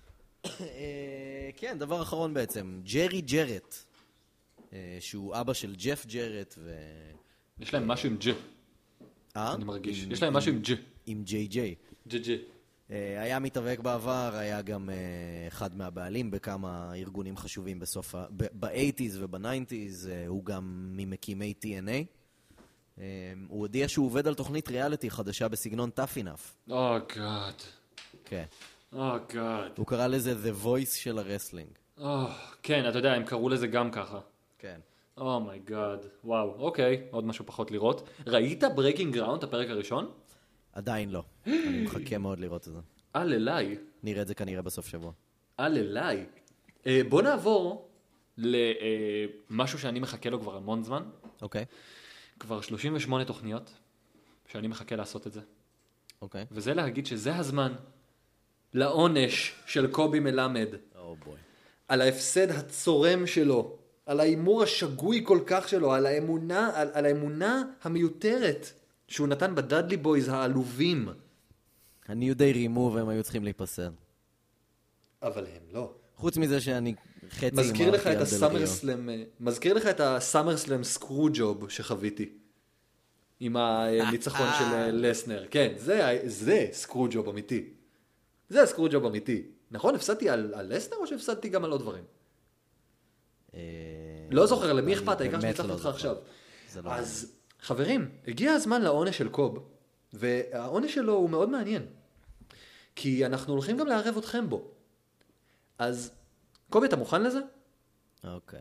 כן, דבר אחרון בעצם. ג'רי ג'רט, שהוא אבא של ג'ף ג'רט ו... יש להם משהו עם ג'ה. אה? אני מרגיש. יש להם משהו עם ג'ה. עם ג'יי ג'יי. ג'ה ג'ה. היה מתאבק בעבר, היה גם אחד מהבעלים בכמה ארגונים חשובים בסוף ה... ב-שמונים וב-תשעים, הוא גם ממקימי טי אן איי. הוא הודיע שהוא עובד על תוכנית ריאליטי חדשה בסגנון Tough Enough. Oh God. כן. Oh God. הוא קרא לזה The Voice של הרסלינג. Oh, כן, אתה יודע, הם קראו לזה גם ככה. כן. Oh my God. וואו, אוקיי, עוד משהו פחות לראות. ראית Breaking Ground, הפרק הראשון? עדיין לא. אני מחכה מאוד לראות את זה. אל אליי. נראה את זה כנראה בסוף שבוע. אל אליי. אה, בוא נעבור למשהו שאני מחכה לו כבר המון זמן. אוקיי. כבר שלושים ושמונה תוכניות שאני מחכה לעשות את זה. אוקיי. וזה להגיד שזה הזמן לעונש של קובי מלמד. או בוי. על ההפסד הצורם שלו, על האימור השגוי כל כך שלו, על האמונה, על, על האמונה המיותרת שהוא נתן בדאדלי בויז העלובים. הניו דיי רימוב והם היו צריכים להיפסל. אבל הם לא. חוץ מזה שאני חצי מזכיר לך את על הסאמר דלריו. סלאם, מזכיר לך את הסאמר סלאם סקרו ג'וב שחוויתי. עם הניצחון של לסנר. כן, זה, זה סקרו ג'וב אמיתי. זה סקרו ג'וב אמיתי. נכון? הפסדתי על, על לסנר או שהפסדתי גם על עוד דברים? אה, לא זוכר, למי אני אכפת? העיקר באמת שניצחתי לא אותך זוכר. עכשיו. זה לא אז חברים, הגיע הזמן לעונש של קוב, והעונש שלו הוא מאוד מעניין. כי אנחנו הולכים גם לערב אתכם בו. אז, קובי, אתה מוכן לזה? אוקיי.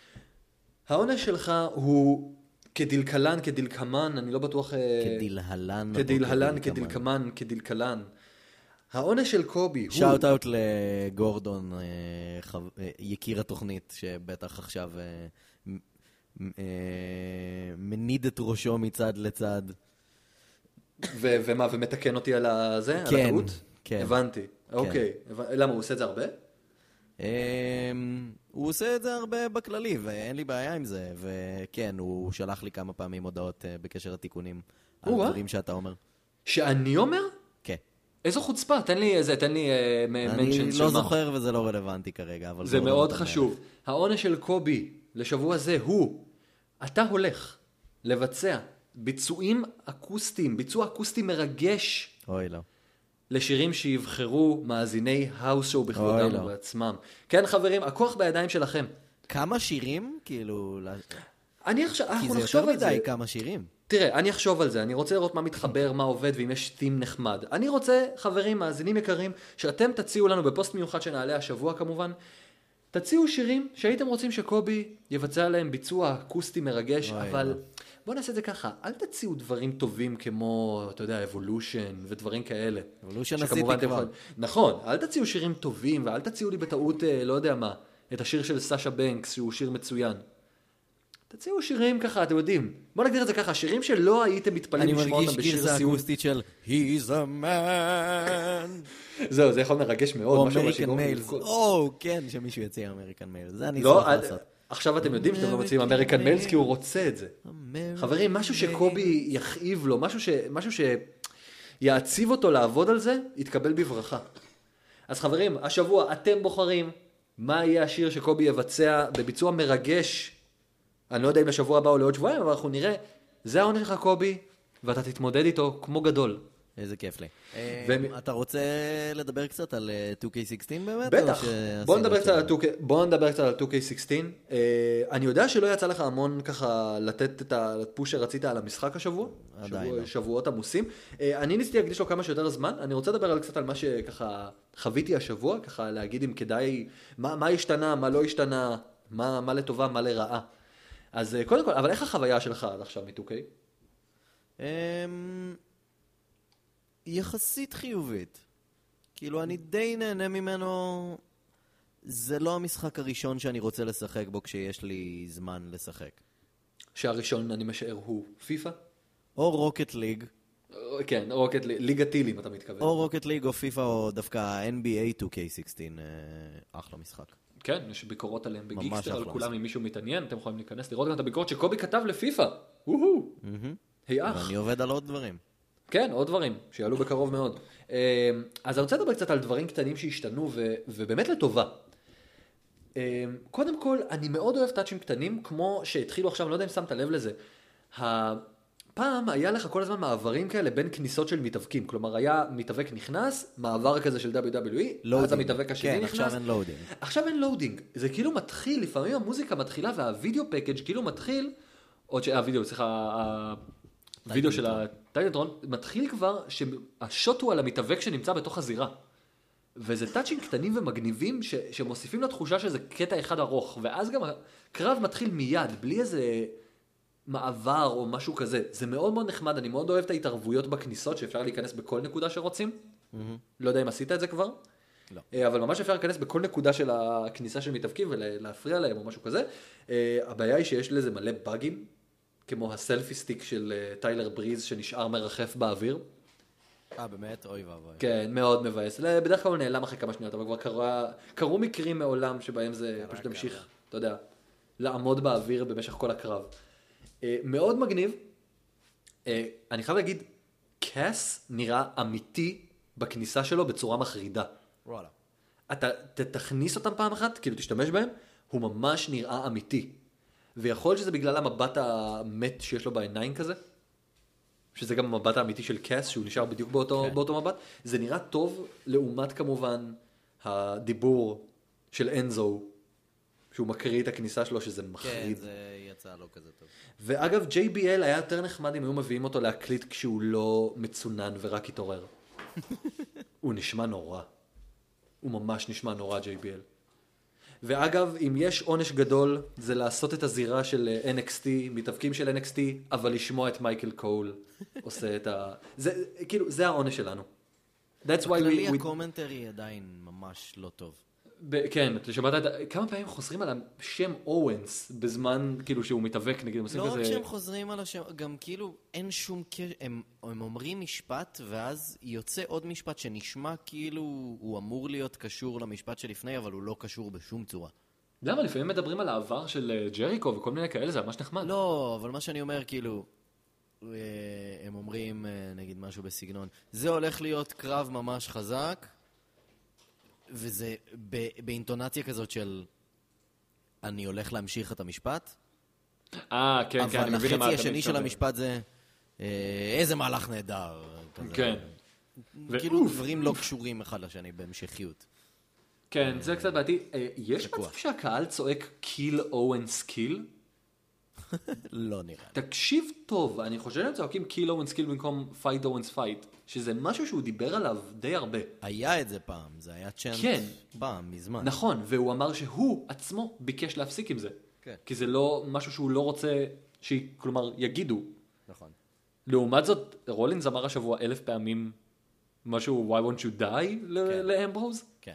העונש שלך הוא כדלקלן, כדלקמן, אני לא בטוח... כדלהלן. כדלהלן, כדלקמן, כדלקלן. העונש של קובי הוא... שאוט אאוט לגורדון, אה, חו- אה, יקיר התוכנית, שבטח עכשיו אה, מ- אה, מניד את ראשו מצד לצד. ו- ומה, ומתקן אותי על הזה? על כן, הטעות? כן. הבנתי, אוקיי. הבנ- למה, הוא עושה את זה הרבה? אה, הוא עושה את זה הרבה בכללי, ואין לי בעיה עם זה. וכן, הוא שלח לי כמה פעמים הודעות אה, בקשר לתיקונים על או-אה. דברים שאתה אומר. שאני אומר? כן. איזו חוצפה, תן לי איזה, תן לי אני מנשנס של לא מה. זוכר וזה לא רלוונטי כרגע, אבל... זה בואו מאוד נתן חשוב. העונש של קובי לשבוע זה הוא, אתה הולך לבצע ביצועים אקוסטיים, ביצוע אקוסטי מרגש להם. אוי, לא. לשירים שיבחרו מאזיני האוס שואו אוי, בכבודם לא. ובעצמם. כן חברים, הכוח בידיים שלכם. כמה שירים? כאילו... לה- אני עכשיו, כי אנחנו זה נחשוב יותר על זה. מדי כמה שירים. תראה, אני אחשוב על זה, אני רוצה לראות מה מתחבר, מה עובד, ואם יש טים נחמד. אני רוצה, חברים, מאזינים יקרים, שאתם תציעו לנו בפוסט מיוחד שנעלה השבוע כמובן, תציעו שירים שהייתם רוצים שקובי יבצע עליהם ביצוע אקוסטי מרגש, אוי, אבל לא. בואו נעשה את זה ככה, אל תציעו דברים טובים כמו, אתה יודע, אבולושן ודברים כאלה. אבולושן שכמובן עשיתי אתם כבר. יכולים- נכון, אל תציעו שירים טובים, ואל תציעו לי בטעות, אה, לא יודע מה, את השיר של סאשה בנקס, שהוא שיר מצוין. תציעו שירים ככה, אתם יודעים. בואו נגדיר את זה ככה, שירים שלא הייתם אני מתפלאים לשמוע מרגיש אותם בשיר גרסה סיום. אקוסטית של He's a man זהו, זה יכול מרגש מאוד. או משהו אמריקן בשיגעון מיילס. לבכות. או, כן, שמישהו יציע אמריקן מיילס. זה אני לא, אשמח עד- לעשות. עכשיו אתם יודעים שאתם לא מוצאים אמריקן מיילס כי הוא רוצה את זה. חברים, משהו שקובי יכאיב לו, משהו ש... משהו שיעציב אותו לעבוד על זה, יתקבל בברכה. אז חברים, השבוע אתם בוחרים מה יהיה השיר שקובי יבצע בביצוע מרגש. אני לא יודע אם לשבוע הבא או לעוד שבועיים, אבל אנחנו נראה. זה העונש שלך קובי, ואתה תתמודד איתו כמו גדול. איזה כיף לי. והם- אה, אתה רוצה לדבר קצת על אה, טו קיי שש עשרה באמת? בטח. או שעשינו בוא נדבר את קצת זה? על טו קיי, בוא נדבר קצת על טו קיי שש עשרה. אה, אני יודע שלא יצא לך המון ככה לתת את הפוש שרצית על המשחק השבוע. עדיין שבוע- לא. שבועות עמוסים. אה, אני ניסיתי להקדיש לו כמה שיותר זמן. אני רוצה לדבר על קצת על מה שככה חוויתי השבוע, ככה להגיד אם כדאי, מה, מה השתנה, מה לא השתנה, מה, מה לטובה, מה לרעה. אז אה, קודם כל, אבל איך החוויה שלך עד עכשיו מ-טו קיי? אמ, יחסית חיובית. כאילו, אני די נהנה ממנו. זה לא המשחק הראשון שאני רוצה לשחק בו כשיש לי זמן לשחק. שהראשון, אני משער, הוא פיפה? או רוקט ליג, כן, רוקט, ליגת טילים אתה מתכוון. או רוקט ליג או פיפה, או דווקא אן בי איי טו קיי שש עשרה, אה, אחלה משחק. כן, יש ביקורות עליהם ממש בגיקסטר, על אחלה כולם, משחק. אם מישהו מתעניין, אתם יכולים להיכנס לראות גם את הביקורת שקובי כתב לפיפה. וואו, היי אח. ואני עובד על עוד דברים. כן, עוד דברים, שיעלו בקרוב מאוד. אה, אז אני רוצה לדבר קצת על דברים קטנים שהשתנו, ו- ובאמת לטובה. אה, קודם כל, אני מאוד אוהב טאצ'ים קטנים, כמו שהתחילו עכשיו, לא יודע אם שמת לב לזה. הפעם היה לך כל הזמן מעברים כאלה בין כניסות של מתאבקים, כלומר היה מתאבק נכנס, מעבר כזה של דאבליו דאבליו אי, אז לואודינג. המתאבק השני כן, נכנס. עכשיו אין לואודינג. עכשיו אין לואודינג, זה כאילו מתחיל, לפעמים המוזיקה מתחילה והווידאו פקאג' כאילו מתחיל, עוד שהווידאו, סליחה, הווידאו של הטייטלטרון, מתחיל כבר שהשוט הוא על המתאבק שנמצא בתוך הזירה. וזה טאצ'ים קטנים ומגניבים ש, שמוסיפים לתחושה שזה קטע אחד ארוך, ואז גם הקרב מתחיל מיד, בלי איזה מעבר או משהו כזה. זה מאוד מאוד נחמד, אני מאוד אוהב את ההתערבויות בכניסות, שאפשר להיכנס בכל נקודה שרוצים. לא יודע אם עשית את זה כבר. לא. אבל ממש אפשר להיכנס בכל נקודה של הכניסה של מתאבקים ולהפריע להם או משהו כזה. הבעיה היא שיש לזה מלא באגים, כמו הסלפי סטיק של טיילר בריז שנשאר מרחף באוויר. אה, באמת? אוי ואבוי. כן, מאוד מבאס. בדרך כלל הוא נעלם אחרי כמה שניות, אבל כבר קרה, קרו מקרים מעולם שבהם זה פשוט המשיך, אתה יודע, לעמוד באוויר במשך כל הקרב. אה, מאוד מגניב. אה, אני חייב להגיד, קאס נראה אמיתי בכניסה שלו בצורה מחרידה. וואלה. אתה ת- תכניס אותם פעם אחת, כאילו תשתמש בהם, הוא ממש נראה אמיתי. ויכול להיות שזה בגלל המבט המת שיש לו בעיניים כזה, שזה גם המבט האמיתי של קאס, שהוא נשאר בדיוק באותו, כן. באותו מבט. זה נראה טוב לעומת כמובן הדיבור של אנזו, שהוא מקריא את הכניסה שלו, שזה כן, מחריד. זה יצא לא כזה טוב. ואגב, ג'יי בי אל היה יותר נחמד אם היו מביאים אותו להקליט כשהוא לא מצונן ורק התעורר. הוא נשמע נורא. הוא ממש נשמע נורא, ג'יי בי אל. ואגב, אם יש עונש גדול, זה לעשות את הזירה של אן אקס טי, מתאבקים של אן אקס טי, אבל לשמוע את מייקל קול עושה את ה... זה, כאילו, זה העונש שלנו. That's why בכללי we... we... הקומנטרי עדיין ממש לא טוב. ב- כן, אתה שמעת את... כמה פעמים חוזרים על השם אורנס בזמן, כאילו, שהוא מתאבק, נגיד, הם עושים לא רק כזה... שהם חוזרים על השם, גם כאילו אין שום קשר, הם, הם אומרים משפט ואז יוצא עוד משפט שנשמע כאילו הוא אמור להיות קשור למשפט שלפני, אבל הוא לא קשור בשום צורה. למה? לפעמים מדברים על העבר של ג'ריקו וכל מיני כאלה, זה ממש נחמד. לא, אבל מה שאני אומר, כאילו, אה, הם אומרים, אה, נגיד משהו בסגנון, זה הולך להיות קרב ממש חזק, וזה ב- באינטונציה כזאת של, אני הולך להמשיך את המשפט, אה, כן, כן, אני אבל מבין למה החצי אתה השני של מתכוון. המשפט זה, אה, איזה מהלך נהדר. כזה. כן. כאילו ואוף. דברים לא קשורים אחד לשני בהמשכיות. כן, זה קצת בעייתי. אה, יש תקוע. מצב שהקהל צועק קיל אורנס קיל? לא נראה. תקשיב טוב, אני חושב שהם צועקים קיל אורנס קיל במקום פייט אורנס פייט, שזה משהו שהוא דיבר עליו די הרבה. היה את זה פעם, זה היה צ'אנט כן. פעם, מזמן. נכון, והוא אמר שהוא עצמו ביקש להפסיק עם זה. כן. כי זה לא משהו שהוא לא רוצה, ש... כלומר, יגידו. נכון. לעומת זאת, רולינס אמר השבוע אלף פעמים משהו why won't you die ל- כן. לאמברוז. כן.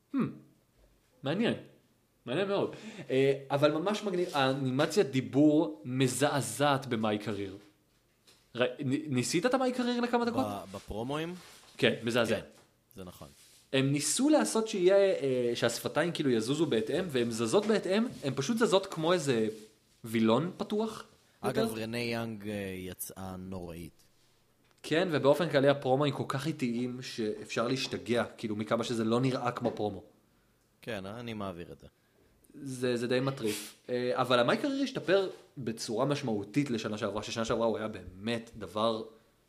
מעניין, מעניין מאוד. אה, אבל ממש מגניב, האנימציה דיבור מזעזעת במאי קרייר. ר- נ- ניסית את המאי קרייר לכמה דקות? ב- בפרומואים? כן, מזעזע. כן. זה נכון. הם ניסו לעשות שיהיה, אה, שהשפתיים כאילו יזוזו בהתאם, והן זזות בהתאם, הן פשוט זזות כמו איזה וילון פתוח. יותר. אגב, רני יאנג אה, יצאה נוראית. כן, ובאופן כללי הפרומואים כל כך איטיים שאפשר להשתגע, כאילו מכמה שזה לא נראה כמו פרומו. כן, אני מעביר את זה. זה, זה די מטריף. אה, אבל המאי קרייר השתפר בצורה משמעותית לשנה שעברה, ששנה שעברה הוא היה באמת דבר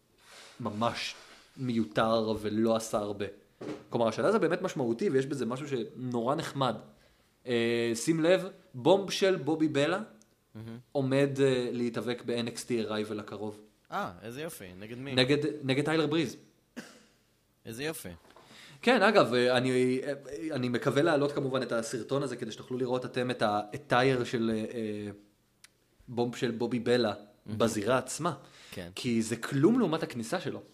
ממש מיותר ולא עשה הרבה. כלומר, השנה זה באמת משמעותי ויש בזה משהו שנורא נחמד. אה, שים לב, בומב של בובי בלה עומד אה, להתאבק ב-אן אקס טי Arrival הקרוב. אה, איזה יופי. נגד מי? נגד, נגד טיילר בריז. איזה יופי. כן, אגב, אני, אני מקווה להעלות כמובן את הסרטון הזה, כדי שתוכלו לראות אתם את הטייר של אה, בומב של בובי בלה בזירה עצמה. כן. כי זה כלום לעומת הכניסה שלו.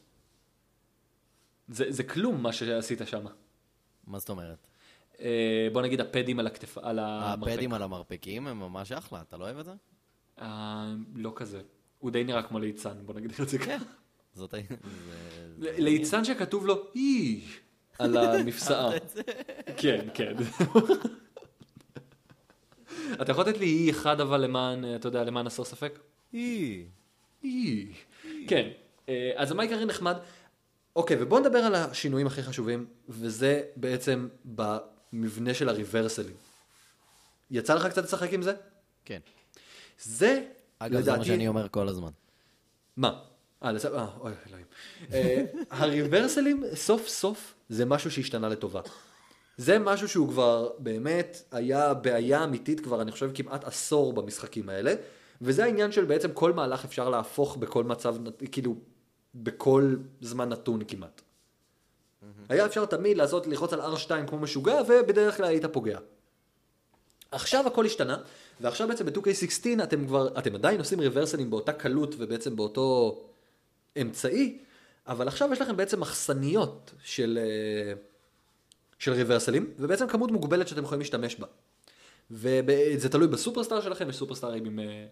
זה, זה כלום מה שעשית שם. מה זאת אומרת? אה, בוא נגיד הפדים על הכתף, על המרפק. הפדים על המרפקים הם ממש אחלה, אתה לא אוהב את זה? אה, לא כזה. הוא די נראה כמו ליצן, בוא נגיד את זה ככה. זאת ה... זה- ליצן שכתוב לו אי על המפסעה. כן, כן. אתה יכול לתת לי אי אחד אבל למען, אתה יודע, למען הסר ספק? אי. אי. כן, אה, אז המאי קרייר נחמד. אוקיי, ובוא נדבר על השינויים הכי חשובים, וזה בעצם במבנה של הריברסלים. יצא לך קצת לשחק עם זה? כן. זה, אגב, זה מה שאני אומר כל הזמן. מה? אה, לסב... אה, אוי, אלוהים. אה, הריברסלים, סוף סוף, זה משהו שהשתנה לטובה. זה משהו שהוא כבר באמת היה בעיה אמיתית כבר, אני חושב, כמעט עשור במשחקים האלה, וזה העניין של בעצם כל מהלך אפשר להפוך בכל מצב, כאילו, בכל זמן נתון כמעט. היה אפשר תמיד לעשות, ללחוץ על אר שתיים כמו משוגע, ובדרך כלל היית פוגע. עכשיו הכל השתנה, ועכשיו בעצם ב-טו קיי שש עשרה אתם כבר, אתם עדיין עושים ריברסלים באותה קלות ובעצם באותו אמצעי, אבל עכשיו יש לכם בעצם מחסניות של, של ריברסלים, ובעצם כמות מוגבלת שאתם יכולים להשתמש בה. וזה תלוי בסופרסטאר שלכם, יש סופרסטארים עם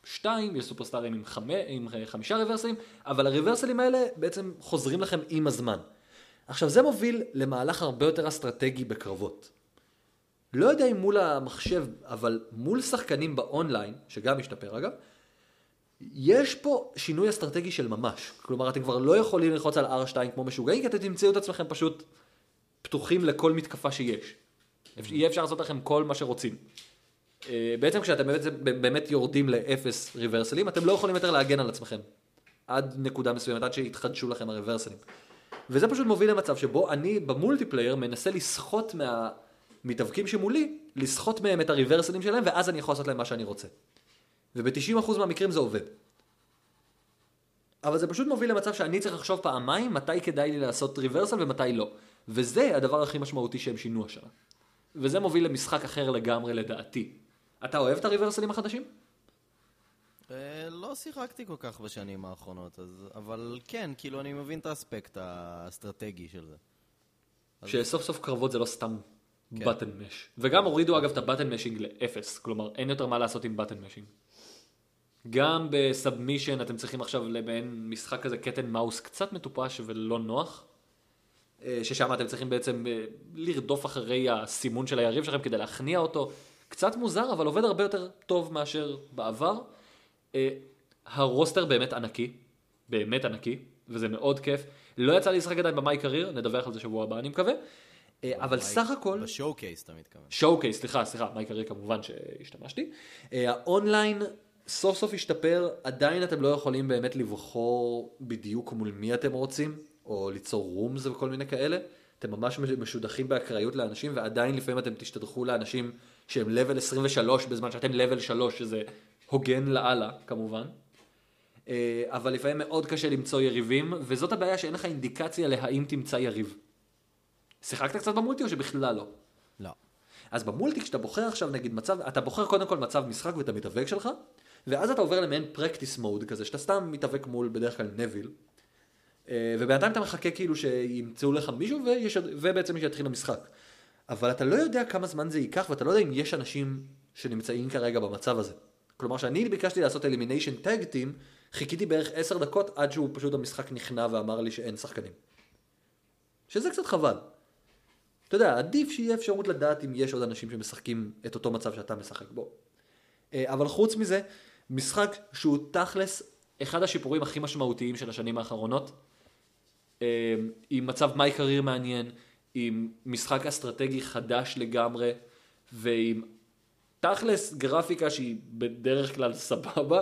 שתיים, יש סופרסטארים עם, חמי, עם חמישה ריברסלים, אבל הריברסלים האלה בעצם חוזרים לכם עם הזמן. עכשיו זה מוביל למהלך הרבה יותר אסטרטגי בקרבות. לא יודע אם מול המחשב, אבל מול שחקנים באונליין, שגם משתפר אגב, יש פה שינוי אסטרטגי של ממש. כלומר, אתם כבר לא יכולים ללחוץ על אר שתיים כמו משוגעים, כי אתם תמצאו את עצמכם פשוט פתוחים לכל מתקפה שיש. יהיה אפשר לעשות לכם כל מה שרוצים. בעצם כשאתם באמת, באמת יורדים לאפס ריברסלים, אתם לא יכולים יותר להגן על עצמכם. עד נקודה מסוימת, עד שיתחדשו לכם הריברסלים. וזה פשוט מוביל למצב שבו אני במולטיפלייר מנסה לסחוט מהמתאבקים שמולי, לסחוט מהם את הריברסלים שלהם, ואז אני יכול לעשות להם מה שאני רוצה. וב-תשעים אחוז מהמקרים זה עובד. אבל זה פשוט מוביל למצב שאני צריך לחשוב פעמיים מתי כדאי לי לעשות ריברסל ומתי לא. וזה הדבר הכי משמעותי שהם שינו השנה. וזה מוביל למשחק אחר לגמרי לדעתי. אתה אוהב את הריברסלים החדשים? לא שיחקתי כל כך בשנים האחרונות, אבל כן, כאילו אני מבין את האספקט האסטרטגי של זה. שסוף סוף קרבות זה לא סתם בטן מש. וגם הורידו אגב את הבטן משינג לאפס, כלומר אין יותר מה לעשות עם בטן משינג. גם בסאבמישן אתם צריכים עכשיו לבין משחק כזה קטן מאוס קצת מטופש ולא נוח, ששם אתם צריכים בעצם לרדוף אחרי הסימון של היריב שלכם כדי להכניע אותו. קצת מוזר, אבל עובד הרבה יותר טוב מאשר בעבר. הרוסטר באמת ענקי, באמת ענקי, וזה מאוד כיף. לא יצא לי לשחק עדיין במאי קרייר, נדווח על זה שבוע הבא אני מקווה. אבל סך הכל... בשואו-קייס אתה מתכוון. שואו-קייס, סליחה, סליחה, מאי קרייר כמובן שהשתמשתי. האונליין סוף סוף השתפר, עדיין אתם לא יכולים באמת לבחור בדיוק מול מי אתם רוצים, או ליצור רומס וכל מיני כאלה. אתם ממש משודכים באקראיות לאנשים, ועדיין לפעמים אתם תשתדרכו לאנשים שהם לבל עשרים ושלוש, בזמן שאתם לבל שלוש, שזה הוגן לעלה, כמובן. אבל לפעמים מאוד קשה למצוא יריבים, וזאת הבעיה שאין לך אינדיקציה להאם תמצא יריב. שיחקת קצת במולטי או שבכלל לא? לא. אז במולטי, כשאתה בוחר עכשיו, נגיד מצב, אתה בוחר קודם כל מצב משחק ואת המתאבק שלך, ואז אתה עובר למעין practice mode כזה, שאתה סתם מתאבק מול בדרך כלל נביל, ובינתיים אתה מחכה כאילו שימצאו לך מישהו, ויש, ובעצם שיתחיל המשחק. אבל אתה לא יודע כמה זמן זה ייקח, ואתה לא יודע אם יש אנשים שנמצאים כרגע במצב הזה. כלומר, שאני ביקשתי לעשות elimination tag team, חיכיתי בערך עשר דקות עד שהוא פשוט המשחק נכנע ואמר לי שאין שחקנים. שזה קצת חבל. אתה יודע, עדיף שיהיה אפשרות לדעת אם יש עוד אנשים שמשחקים את אותו מצב שאתה משחק בו. אבל חוץ מזה, משחק שהוא תכלס אחד השיפורים הכי משמעותיים של השנים האחרונות, עם מצב מאי קרייר מעניין, עם משחק אסטרטגי חדש לגמרי, ועם תכלס גרפיקה שהיא בדרך כלל סבבה,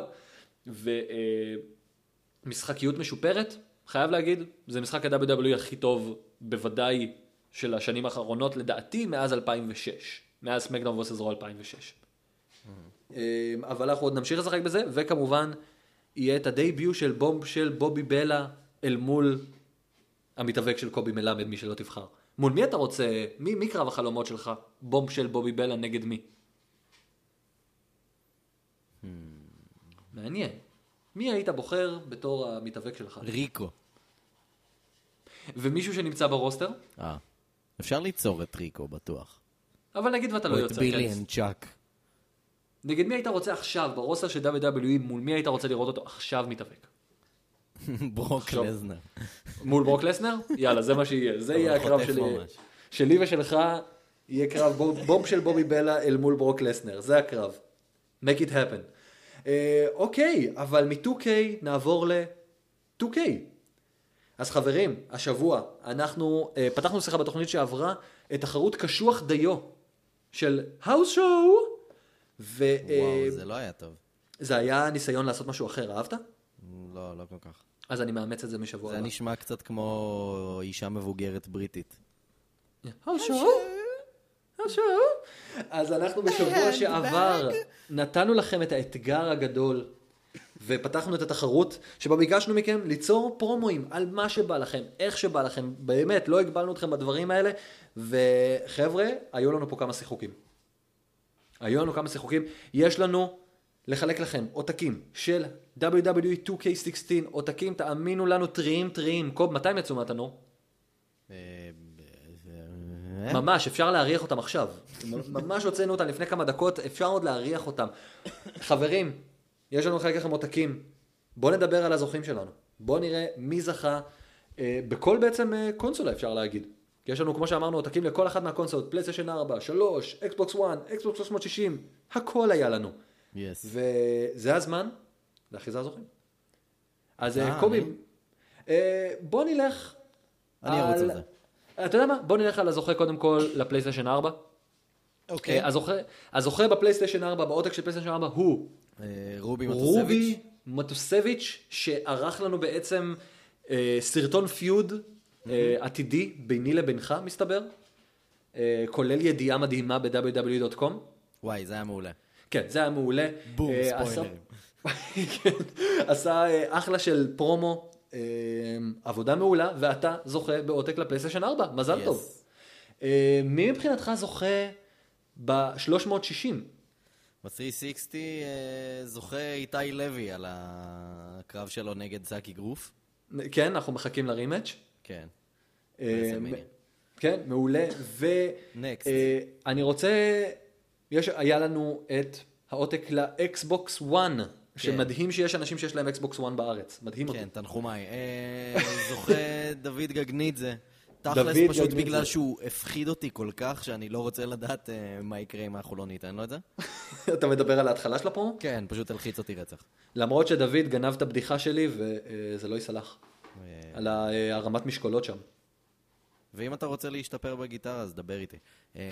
ומשחקיות משופרת, חייב להגיד, זה משחק ה-דאבליו דאבליו אי הכי טוב בוודאי של השנים האחרונות, לדעתי מאז אלפיים ושש, מאז סמקדאון ורסס רו אלפיים ושש. אבל אנחנו עוד נמשיך לשחק בזה, וכמובן יהיה את הדייביו של בומב של בובי בלה אל מול המתאבק של קובי מלמד, מי שלא תבחר. מול מי אתה רוצה, מי, מי קרב החלומות שלך? בומב של בובי בלה נגד מי? Hmm. מעניין. מי היית בוחר בתור המתאבק שלך? ריקו. ומישהו שנמצא ברוסטר? אה, אפשר ליצור את ריקו בטוח. אבל נגיד ואתה לא יוצא. או את בילי אנד צ'אק. נגד מי היית רוצה עכשיו ברוסטר של דאבליו דאבליו אי, מול מי היית רוצה לראות אותו עכשיו מתאבק? ברוק לסנר. מול ברוק לסנר? יאללה, זה מה שיהיה. זה יהיה הקרב שלי. שלי ושלך יהיה קרב בומב של בובי בלה אל מול ברוק לסנר. זה הקרב. make it happen. אוקיי, אבל מ-טו קיי נעבור ל-טו קיי. אז חברים, השבוע אנחנו פתחנו שיחה בתוכנית שעברה את תחרות קשוח דיו של האוס שואו. וואו, זה לא היה טוב. זה היה ניסיון לעשות משהו אחר, אהבת? לא, לא כל כך. אז אני מאמץ את זה משבוע הבא. זה נשמע קצת כמו אישה מבוגרת בריטית. האוס שואו? האוס שואו? אז אנחנו בשבוע שעבר נתנו לכם את האתגר הגדול, ופתחנו את התחרות, שבה ביקשנו מכם ליצור פרומואים על מה שבא לכם, איך שבא לכם, באמת, לא הגבלנו אתכם בדברים האלה, וחבר'ה, היו לנו פה כמה שיחוקים. היו לנו כמה שיחוקים, יש לנו לחלק לכם עותקים של דאבליו דאבליו אי טו קיי שש עשרה, עותקים, תאמינו לנו, טריים טריים, קוב, מתי הם יצאו מהתנור? ממש, אפשר להריח אותם עכשיו. ממש הוצאנו אותם לפני כמה דקות, אפשר עוד להריח אותם. חברים, יש לנו חלק לכם עותקים. בוא נדבר על הזוכים שלנו. בוא נראה מי זכה אה, בכל בעצם אה, קונסולה אפשר להגיד. יש לנו כמו שאמרנו עותקים לכל אחת מהקונסולות, פלייסטיישן ארבע, שלוש, אקסבוקס וואן, אקסבוקס שלוש מאות שישים, הכל היה לנו. Yes. וזה הזמן להכריז על הזוכים. אז אה, אה, קובי, אני? אה, בוא נלך אני ארוץ על זה. אתה יודע מה? בוא נלך על הזוכה קודם כל לפלייסטיישן ארבע. אוקיי. אה, הזוכה, הזוכה בפלייסטיישן ארבע, בעותק של פלייסטיישן ארבע הוא אה, רובי מטוסביץ'. רובי מטוסביץ', שערך לנו בעצם אה, סרטון פיוד אה, עתידי ביני לבינך, מסתבר, אה, כולל ידיעה מדהימה ב-דאבליו דאבליו דאט קום. וואי, זה היה מעולה. כן, זה היה מעולה. בום, אה, עשה- ספוילרים. כן, עשה אה, אחלה של פרומו, אה, עבודה מעולה, ואתה זוכה בעותק לפלייסטיישן ארבע, מזל Yes. טוב. אה, מי מבחינתך זוכה ב-שלוש מאות שישים? ב-שלוש מאות שישים אה, זוכה איתי לוי על הקרב שלו נגד זאקי גרוף. כן, אנחנו מחכים לרימץ'. כן. אה, ברסלמניה. כן, מעולה. Next. ואני רוצה, יש, היה לנו את העותק לאקסבוקס וואן, שמדהים שיש אנשים שיש להם אקסבוקס וואן בארץ. מדהים אותי. כן, תנחומיי. אה, זוכה דוד גגנידזה. תכלס דוד פשוט גגנידזה. בגלל שהוא הפחיד אותי כל כך, שאני לא רוצה לדעת אה, מה יקרה אם אנחנו לא ניתן לו את זה. אתה מדבר על ההתחלה של הפרומו? כן, פשוט הלחיץ אותי רצח. למרות שדוד גנב את הבדיחה שלי, וזה לא יסלח. אה, על ה- הרמת משקולות שם. ואם אתה רוצה להשתפר בגיטרה, אז דבר איתי. אה,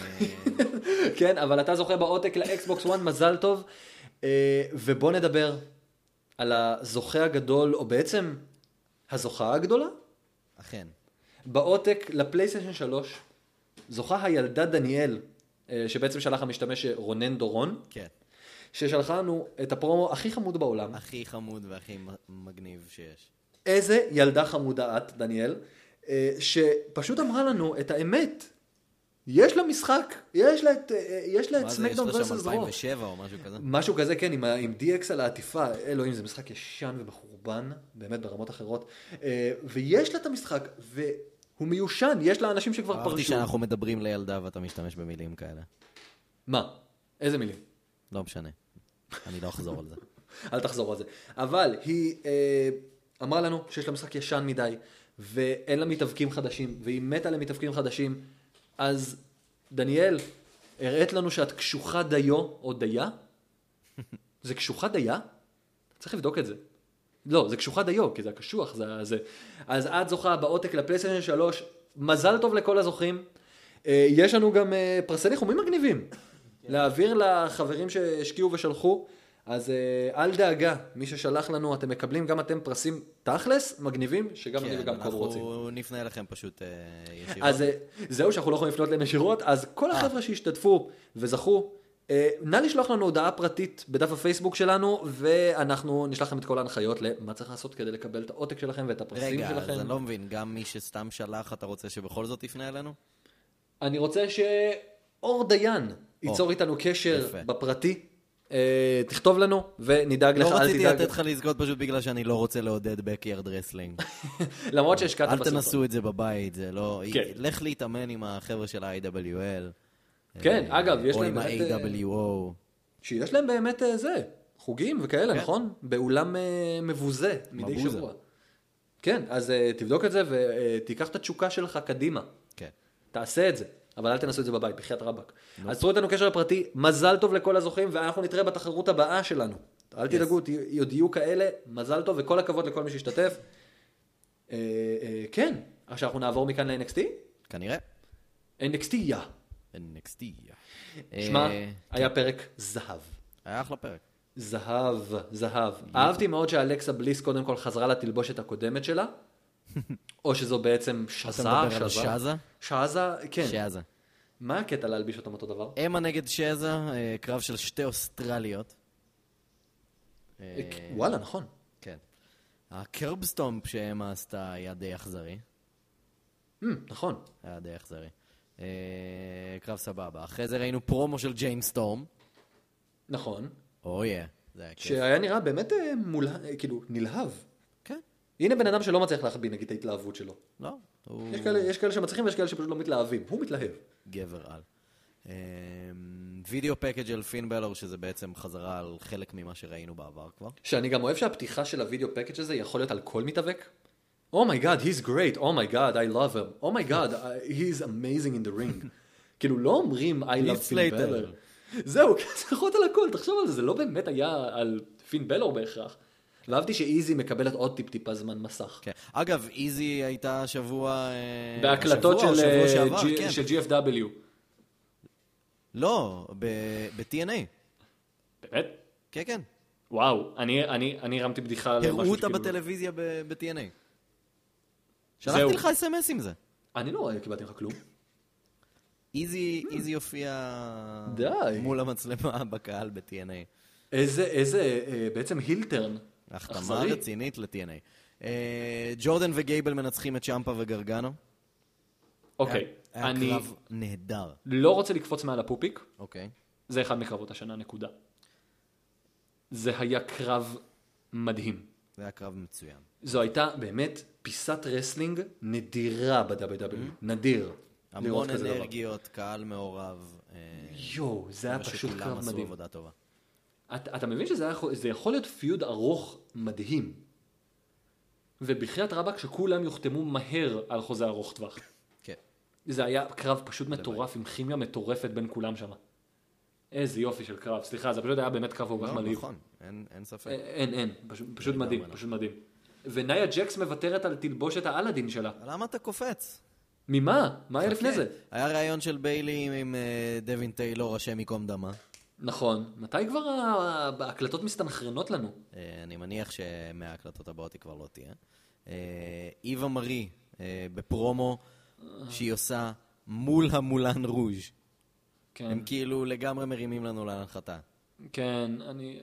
כן, אבל אתה זוכה בעותק לאקסבוקס וואן, מזל טוב. אה, ובוא נדבר על הזוכה הגדול, או בעצם הזוכה הגדולה, אכן. בעותק לפלייסטיישן שלוש, זוכה הילדה דניאל, אה, שבעצם שלח המשתמש רונן דורון, כן. ששלחה לנו את הפרומו הכי חמוד בעולם. הכי חמוד והכי מ- מגניב שיש. איזה ילדה חמודה את, דניאל, אה, שפשוט אמרה לנו את האמת. יש לה משחק, יש לה את, אה, יש לה את מה זה, יש סמקדאון לו שם ורסס רו. אלפיים ושבע או משהו כזה? משהו כזה, כן, עם, ה- עם די אקס על העטיפה, אלוהים, זה משחק ישן ומחורבן, באמת ברמות אחרות. אה, ויש לה את המשחק, והוא מיושן, יש לה אנשים שכבר אהבתי פרשו. שאנחנו מדברים לילדה ואתה משתמש במילים כאלה. מה? איזה מילים? לא משנה. אני לא אחזור על זה. אל תחזור על זה. אבל היא אה, אמרה לנו שיש לה משחק ישן מדי, ואין לה מתאבקים חדשים, והיא מתה למתאבקים חדשים, אז דניאל, הראית לנו שאת קשוחה דיו, או דיה? זה קשוחה דיה? צריך לבדוק את זה. לא, זה קשוחה דיו, כי זה הקשוח, זה זה. אז את זוכה בעותק לפלייסטיישן שלוש, מזל טוב לכל הזוכים. אה, יש לנו גם אה, פרסי ניחומים מגניבים. להעביר לחברים שהשקיעו ושלחו, אז אה, אל דאגה, מי ששלח לנו, אתם מקבלים גם אתם פרסים תכלס, מגניבים, שגם אני כן, וגם קוב רוצים. אנחנו נפנה אליכם פשוט אה, ישירות. אז אה, זהו שאנחנו לא יכולים לפנות להם ישירות, אז כל החבר'ה שהשתתפו וזכו, אה, נא לשלוח לנו הודעה פרטית בדף הפייסבוק שלנו, ואנחנו נשלח לכם את כל ההנחיות למה צריך לעשות כדי לקבל את העותק שלכם ואת הפרסים רגע, שלכם. אז אני לא מבין, גם מי שסתם שלח, אתה רוצה שבכל זאת תפנה אלינו? אני רוצה שאור דיין ייצור איתנו קשר יפה. בפרטי, אה, תכתוב לנו ונדאג לך, לא אל רציתי תדאג. לתת לך לזכות פשוט בגלל שאני לא רוצה לעודד בקיארד רסלינג. למרות שהשקעת אל בסרטון. תנסו את זה בבית, זה לא... כן. לך להתאמן עם החבר'ה של ה-איי דאבליו אל. כן, אה, אגב, יש או להם עם באמת, ה-איי דאבליו או. שיש להם באמת אה, זה, חוגים וכאלה, כן. נכון? באולם אה, מבוזה, מדי מבוזה. שבוע. כן, אז אה, תבדוק את זה ותיקח את התשוקה שלך קדימה. כן. תעשה את זה, אבל אל תנסו את זה בבית, בחיית רבק. אז תראו איתנו קשר הפרטי, מזל טוב לכל הזוכים, ואנחנו נתראה בתחרות הבאה שלנו. אל תדאגו, תה- יודיעו כאלה, מזל טוב, וכל הכבוד לכל מי שהשתתף. אה, אה, כן, עכשיו אנחנו נעבור מכאן ל-אן אקס טי? כנראה. אן אקס טי, יא. אן אקס טי. שמע, אה, היה פרק זהב. היה אחלה פרק. זהב, זהב. אהבתי מאוד שאלכסה בליס קודם כל חזרה לתלבושת הקודמת שלה, או שזו בעצם שזה, אתה מדבר על שזה? שזה, כן. שזה. מה הקטע להלביש אותם אותו דבר? אמה נגד שזה, אה, קרב של שתי אוסטרליות. אה, וואלה, נכון. כן. הקרבסטומפ שאמה עשתה היה די אכזרי. Hmm, נכון. היה די אכזרי. אה, קרב סבבה. אחרי זה ראינו פרומו של ג'יימס סטורם. נכון. אוי, יא. זה היה כיף. שהיה נראה באמת אה, מול, אה, כאילו, נלהב. כן. הנה בן אדם שלא מצליח להחביא נגיד את ההתלהבות שלו. לא. הוא יש כאלה, יש כאלה שמצליחים ויש כאלה שפשוט לא מתלהבים. הוא מתלהב. גבר על. וידאו פקאג' על פין בלור, שזה בעצם חזרה על חלק ממה שראינו בעבר כבר. שאני גם אוהב שהפתיחה של הוידאו פקאג' הזה יכול להיות על כל מתאבק. Oh my god, he's great. Oh my god, I love him. Oh my god, uh, he's amazing in the ring. כאילו לא אומרים I love פין בלור. זהו, זה יכול להיות על הכל, תחשוב על זה, זה לא באמת היה על פין בלור בהכרח. ואהבתי שאיזי מקבלת עוד טיפ-טיפה זמן מסך. כן. אגב, איזי הייתה שבוע... בהקלטות שבוע, של, שבוע שעבר, G, כן. של ג'י אף דאבליו. לא, ב-טי אן איי. באמת? כן, כן. וואו, אני, אני, אני הרמתי בדיחה על משהו הראו אותה שכאילו- בטלוויזיה ב-טי אן איי. זהו. שלחתי לך אס אם אס עם זה. אני לא קיבלתי לך כלום. איזי איזי הופיע די. מול המצלמה בקהל ב-טי אן איי. איזה, איזה, אה, בעצם הילטרן. החתמה אכזרי. רצינית ל-טי אן איי. אה, ג'ורדן וגייבל מנצחים את צ'מפה וגרגנו. אוקיי, היה אני קרב נהדר. לא רוצה לקפוץ מעל הפופיק, אוקיי. זה אחד מקרבות השנה, נקודה. זה היה קרב מדהים. זה היה קרב מצוין. זו הייתה באמת פיסת רסלינג נדירה ב-דאבליו דאבליו איי. נדיר. המון לראות כזה דבר. אנרגיות, קהל מעורב. אה, יואו, זה היה פשוט שכולם קרב עשו מדהים. עבודה טובה. אתה, אתה מבין שזה יכול, זה יכול להיות פיוד ארוך מדהים. ובחיית רבק שכולם יוחתמו מהר על חוזה ארוך טווח. כן. זה היה קרב פשוט מטורף, עם כימיה מטורפת בין כולם שם. איזה יופי של קרב, סליחה, זה פשוט היה באמת קרב כל כך לא, מלהיב. נכון, אין אין ספק. אין, אין, פשוט, פשוט לגמרי מדהים, נכון. פשוט מדהים. ונאיה ג'קס מוותרת על תלבושת האלאדין שלה. למה אתה קופץ? ממה? מה היה לפני חכה. זה? היה ראיון של ביילי עם אה, דווין טיילור, השם ייקום דמה. נכון, מתי כבר ה- ההקלטות מסתנכרנות לנו? אה, אני מניח שמההקלטות הבאות היא כבר לא תהיה. אה, איווה מרי, אה, בפרומו שהיא עושה מול המולן רוז'. כן, הם כאילו לגמרי מרימים לנו להנחתה. כן, אני...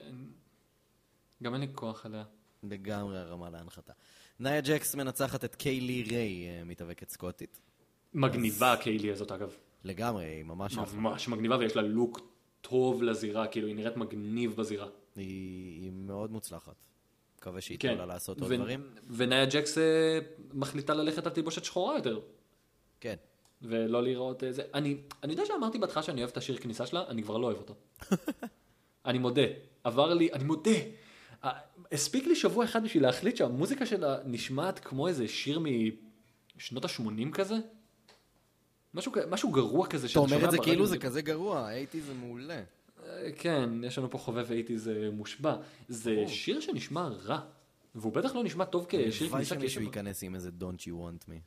גם אין לי כוח עליה. לגמרי הרמה להנחתה. נאיה ג'קס מנצחת את קיילי ריי, אה, מתאבקת סקוטית. מגניבה קיילי הזאת אגב. לגמרי, היא ממש... ממש מגניבה ויש לה לוק טוב לזירה, כאילו היא נראית מגניב בזירה. היא, היא מאוד מוצלחת. מקווה שהיא כן. תולה לעשות עוד ו- דברים. ונאיה ג'קס אה, מחליטה ללכת על תלבושת שחורה יותר. כן. ולא לראות איזה... אני, אני יודע שאמרתי בהתחלה שאני אוהב את השיר כניסה שלה, אני כבר לא אוהב אותו. אני מודה. עבר לי, אני מודה. אה, הספיק לי שבוע אחד בשביל להחליט שהמוזיקה שלה נשמעת כמו איזה שיר משנות ה-שמונים כזה. משהו, כ- משהו גרוע כזה אתה שאתה אומר את זה ברדיו. כאילו זה כזה גרוע, הייתי זה מעולה. אה, כן, יש לנו פה חובב אייטיז מושבע. זה שיר שנשמע רע. והוא בטח לא נשמע טוב כשיר הלוואי כניסה. שמישהו כי- ייכנס עם איזה Don't you want me.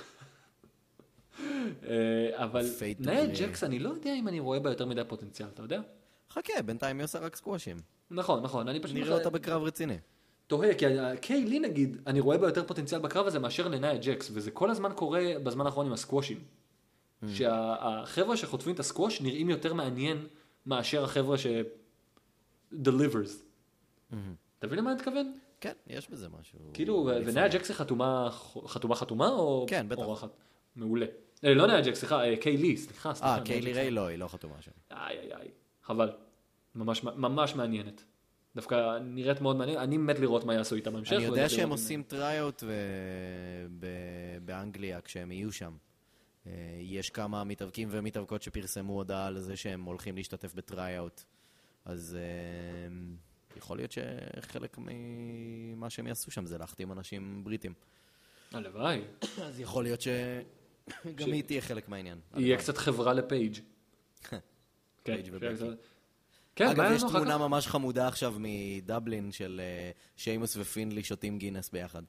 אה, אבל Fade to נאיה grey. ג'קס, אני לא יודע אם אני רואה בה יותר מדי פוטנציאל, אתה יודע? חכה, בינתיים היא עושה רק סקוושים. נכון, נכון, אני פשוט... נראה אותה בקרב רציני. תוהה, כי קיילי נגיד, אני רואה בה יותר פוטנציאל בקרב הזה מאשר לנאיה ג'קס, וזה כל הזמן קורה בזמן האחרון עם הסקוושים. שהחבר'ה שחוטפים את הסקווש נראים יותר מעניין מאשר החבר'ה ש... delivers. אתה מבין למה אני מתכוון? כן, יש בזה משהו. כאילו, לפעמים. ונאיה ג'קס היא חתומה, חתומה חתומה או... כן, בטח. אורחת? מעולה. אה, לא נאיה ג'קס, סליחה, אה, קיילי, סליחה, סליחה. אה, נאיה קיילי ג'קס. ריי לא, היא לא חתומה שם. איי, איי, איי, חבל. ממש, ממש מעניינת. דווקא נראית מאוד מעניינת, אני מת לראות מה יעשו איתם בהמשך. אני יודע ולראות שהם אם- עושים טרייאוט באנגליה כשהם יהיו שם. אה, יש כמה מתאבקים ומתאבקות שפרסמו הודעה על זה שהם הולכים להשתתף בטרייאוט. אז אה, יכול להיות שחלק ממה שהם יעשו שם זה להחתים אנשים בריטים. הלוואי. אז יכול להיות שגם היא תהיה חלק מהעניין. יהיה קצת חברה לפייג'. כן, פייג' שיהיה ובקי. קצת- כן, מה אגב, היה יש לנו אחר תמונה כך? ממש חמודה עכשיו מדבלין של אה, שיימוס ופינלי שותים גינס ביחד.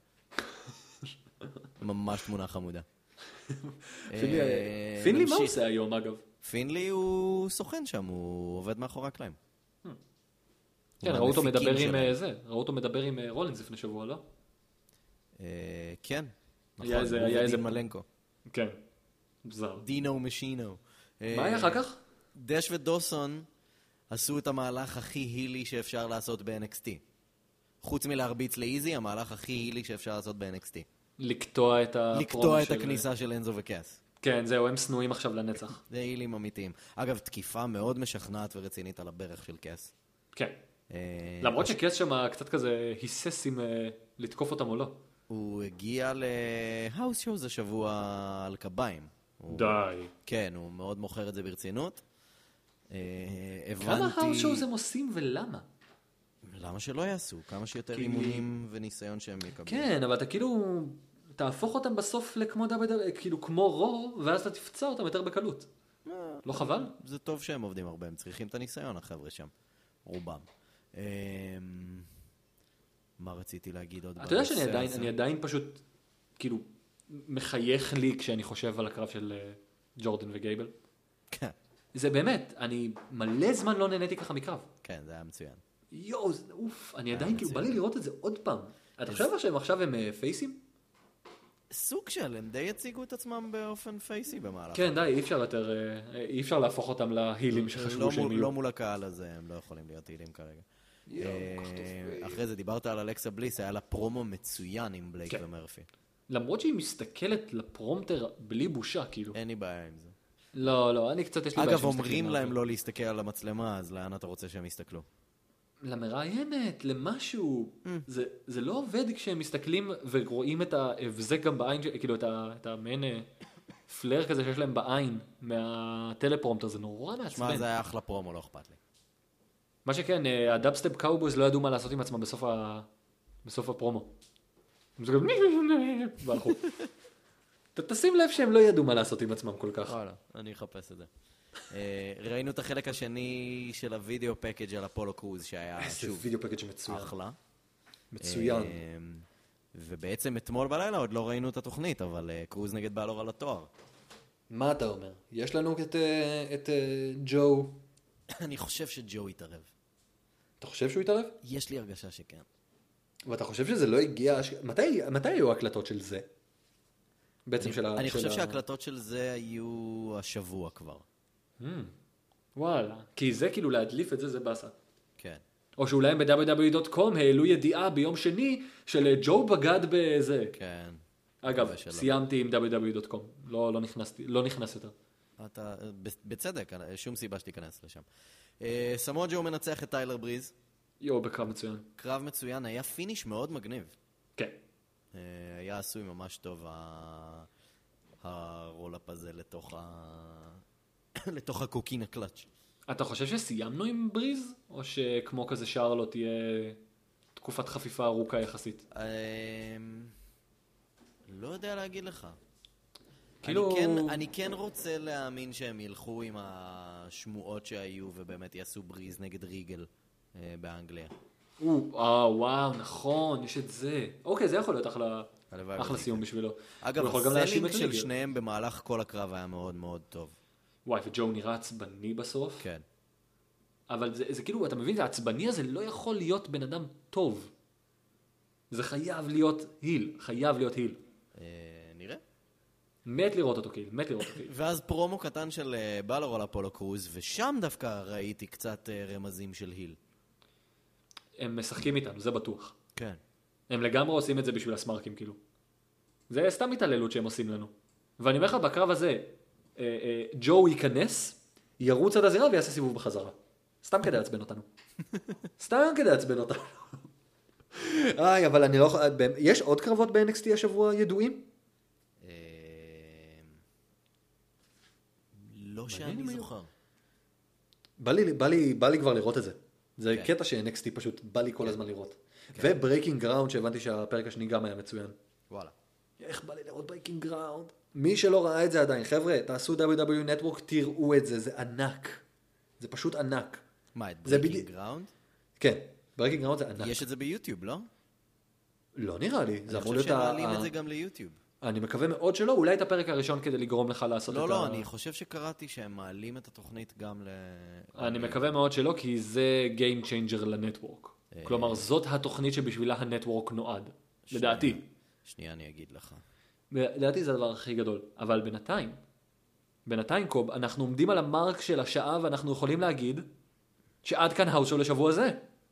ממש תמונה חמודה. פינלי- אה, פינלי מה נמשיך. עושה היום אגב? פינלי הוא סוכן שם, הוא עובד מאחורי הקלעים. כן, הוא ראו אותו מהמפיקים מדבר עם שלהם. אה, זה, ראו אותו מדבר עם אה, רולינס לפני שבוע, לא? אה, כן, היה נכון, איזה- הוא היה איזה- ודין מלנקו. כן. מוזר. דינו משינו. אה, מה היה אחר כך? דש ודוסון עשו את המהלך הכי הילי שאפשר לעשות ב-אן אקס טי. חוץ מלהרביץ לאיזי, המהלך הכי הילי שאפשר לעשות ב-אן אקס טי. לקטוע את הפרומו לקטוע את של- הכניסה של אנזו וקאס. כן, זהו, הם שנואים עכשיו לנצח. זה הילים אמיתיים. אגב, תקיפה מאוד משכנעת ורצינית על הברך של קאס. כן. אה, למרות שקס שם קצת כזה היסס אם אה, לתקוף אותם או לא. הוא הגיע להאוס שואוז השבוע על קביים. הוא- די. כן, הוא מאוד מוכר את זה ברצינות. אה, כמה הבנתי... האוס שואוז הם עושים ולמה? למה שלא יעשו? כמה שיותר כי- אימונים וניסיון שהם יקבלו. כן, אבל אתה כאילו, תהפוך אותם בסוף לכמו דאבל דאבל, כאילו כמו רו, ואז אתה תפצע אותם יותר בקלות. לא חבל? זה טוב שהם עובדים הרבה, הם צריכים את הניסיון, החבר'ה שם. רובם. אה, מה רציתי להגיד עוד? אתה יודע שאני בנושא עדיין, הזה? אני עדיין פשוט, כאילו, מחייך לי כשאני חושב על הקרב של אה, ג'ורדן וגייבל. כן, זה באמת, אני מלא זמן לא נהניתי ככה מקרב. כן, זה היה מצוין. יואו, זה- אוף, אני עדיין, כאילו, בא מצוין. לי לראות את זה עוד פעם. אתה חושב שהם עכשיו הם אה, פייסים? סוג של, הם די הציגו את עצמם באופן פייסי במהלך. כן, די, אי אפשר יותר, אה, אי אפשר להפוך אותם להילים לא שחשבו שהם מול- יהיו. לא מול הקהל הזה, הם לא יכולים להיות הילים כרגע. יואו, אה, כל כך טוב. אחרי זה דיברת על אלכסה בליס, היה לה פרומו מצוין עם בלייק כן. ומרפי. למרות שהיא מסתכלת לפרומטר בלי בושה, כאילו. אין לי בעיה עם זה. לא, לא, אני קצת יש לי בעיה אגב, שמסתכלים אומרים עליו. להם לא להסתכל על המצלמה, אז לאן אתה רוצה שהם יסתכלו? למראיינת, למשהו. Mm. זה, זה לא עובד כשהם מסתכלים ורואים את ההבזק גם בעין, ש- כאילו את, ה, את המעין אה, פלר כזה שיש להם בעין מהטלפרומטר, זה נורא שמע, מעצבן. זה היה אחלה פרומו, לא אכפת לי. מה שכן, אה, הדאבסטפ קאובויז לא ידעו מה לעשות עם עצמם בסוף, ה... בסוף הפרומו. הם זה גם... והלכו. ת- תשים לב שהם לא ידעו מה לעשות עם עצמם כל כך. וואלה, אני אחפש את זה. אה, ראינו את החלק השני של הוידאו פקאג' על אפולו קרוז, שהיה איזה שוב וידאו פקאג' מצוין. אחלה. מצוין. אה, ובעצם אתמול בלילה עוד לא ראינו את התוכנית, אבל אה, קרוז נגד באלור על התואר. מה אתה אומר? יש לנו את, אה, את אה, ג'ו. אני חושב שג'ו יתערב. אתה חושב שהוא יתערב? יש לי הרגשה שכן. ואתה חושב שזה לא הגיע... מתי, מתי היו ההקלטות של זה? בעצם של ה... אני של חושב ה- שההקלטות של זה היו השבוע כבר. Hmm. וואלה. כי זה כאילו להדליף את זה, זה באסה. כן. או שאולי הם ב-דאבליו דאבליו דוט קום העלו ידיעה ביום שני של אה, ג'ו בגד בזה. כן. אגב, מקווה שלא. סיימתי עם דאבליו דאבליו דוט קום. לא, לא נכנסתי, לא נכנס יותר. אתה, בצדק, שום סיבה שתיכנס לשם. אה, סמואל ג'ו מנצח את טיילר בריז. יואו, בקרב מצוין. קרב מצוין, היה פיניש מאוד מגניב. כן. אה, היה עשוי ממש טוב ה- הרולאפ הזה לתוך ה... לתוך הקוקין הקלאץ'. אתה חושב שסיימנו עם בריז? או שכמו כזה שרלוט תהיה תקופת חפיפה ארוכה יחסית? אה, לא יודע להגיד לך. כאילו- אני, כן, אני כן רוצה להאמין שהם ילכו עם השמועות שהיו ובאמת יעשו בריז נגד ריגל אה, באנגליה. או, אה, וואו, נכון, יש את זה. אוקיי, זה יכול להיות אחלה, הלוואי אחלה וזה סיום בשבילו. אגב, הוא יכול גם להאשים הסלינג את של ריגל. שניהם במהלך כל הקרב היה מאוד מאוד טוב. וואי, וג'ו נראה עצבני בסוף. כן. אבל זה, זה כאילו, אתה מבין, העצבני הזה לא יכול להיות בן אדם טוב. זה חייב להיות היל, חייב להיות היל. אה, נראה. מת לראות אותו כאילו, מת לראות אותו כאילו. ואז פרומו קטן של אה, בלור על אפולו קרוז, ושם דווקא ראיתי קצת אה, רמזים של היל. הם משחקים איתנו, זה בטוח. כן. הם לגמרי עושים את זה בשביל הסמרקים כאילו. זה סתם התעללות שהם עושים לנו. ואני אומר לך, בקרב הזה, אה, אה, ג'ו ייכנס, ירוץ עד הזירה ויעשה סיבוב בחזרה. סתם כדי לעצבן אותנו. סתם כדי לעצבן אותנו. איי, אבל אני לא יכול... יש עוד קרבות ב-אן אקס טי השבוע ידועים? אה, לא שאני זוכר. בא לי, בא לי, בא לי כבר לראות את זה. זה כן. קטע ש-אן אקס טי פשוט בא לי כל הזמן לראות. וברייקינג גראונד, שהבנתי שהפרק השני גם היה מצוין. וואלה. איך בא לי לראות ברייקינג גראונד? מי שלא ראה את זה עדיין, חבר'ה, תעשו דאבליו דאבליו Network, תראו את זה, זה ענק. זה פשוט ענק. מה, את זה ברייקינג בדיוק- גראונד? כן, ברייקינג גראונד זה ענק. יש את זה ביוטיוב, לא? לא נראה לי, זה אני אמור חושב להיות... ה- שמעלים ה- את זה גם ליוטיוב. אני מקווה מאוד שלא, אולי את הפרק הראשון כדי לגרום לך לעשות לא, את לא, ה... אני חושב שקראתי שהם מעלים את התוכנית גם ל... אני מקווה מאוד שלא, כי זה Game Changer לנטוורק. אה. כלומר, זאת התוכנית שבשבילה הנטוורק נועד. לדעתי. שנייה, אני אגיד לך. לדעתי זה הדבר הכי גדול. אבל בינתיים, בינתיים קוב, אנחנו עומדים על המרק של השעה ואנחנו יכולים להגיד שעד כאן האוס שואו לשבוע זה.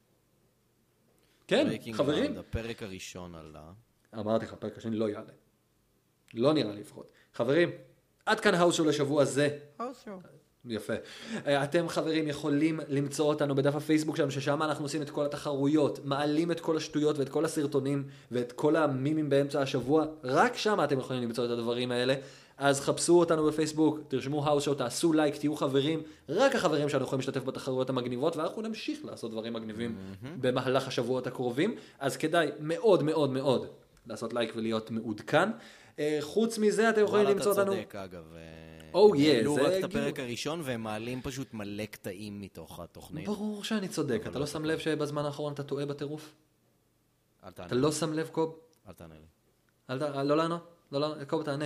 כן, Breaking חברים. Ground, הפרק הראשון עלה. אמרתי לך, הפרק השני לא יעלה. לא נראה לי לפחות. חברים, עד כאן האוס שואו לשבוע זה. יפה. אתם חברים יכולים למצוא אותנו בדף הפייסבוק שלנו, ששם אנחנו עושים את כל התחרויות, מעלים את כל השטויות ואת כל הסרטונים ואת כל המימים באמצע השבוע, רק שם אתם יכולים למצוא את הדברים האלה. אז חפשו אותנו בפייסבוק, תרשמו האוס שואו, תעשו לייק, תהיו חברים, רק החברים שלנו יכולים להשתתף בתחרויות המגניבות, ואנחנו נמשיך לעשות דברים מגניבים במהלך השבועות הקרובים, אז כדאי מאוד מאוד מאוד לעשות לייק ולהיות מעודכן. חוץ מזה אתם יכולים למצוא אותנו... אתה צודק אגב. או יא, העלו זה... רק את הפרק הראשון והם מעלים פשוט מלא קטעים מתוך התוכנית. ברור שאני צודק, אתה לא שם לב שבזמן האחרון אתה טועה בטירוף? אל תענה. אתה לא שם לב, קוב? אל תענה לי. אל, לא לענות, לא לענות, קוב תענה.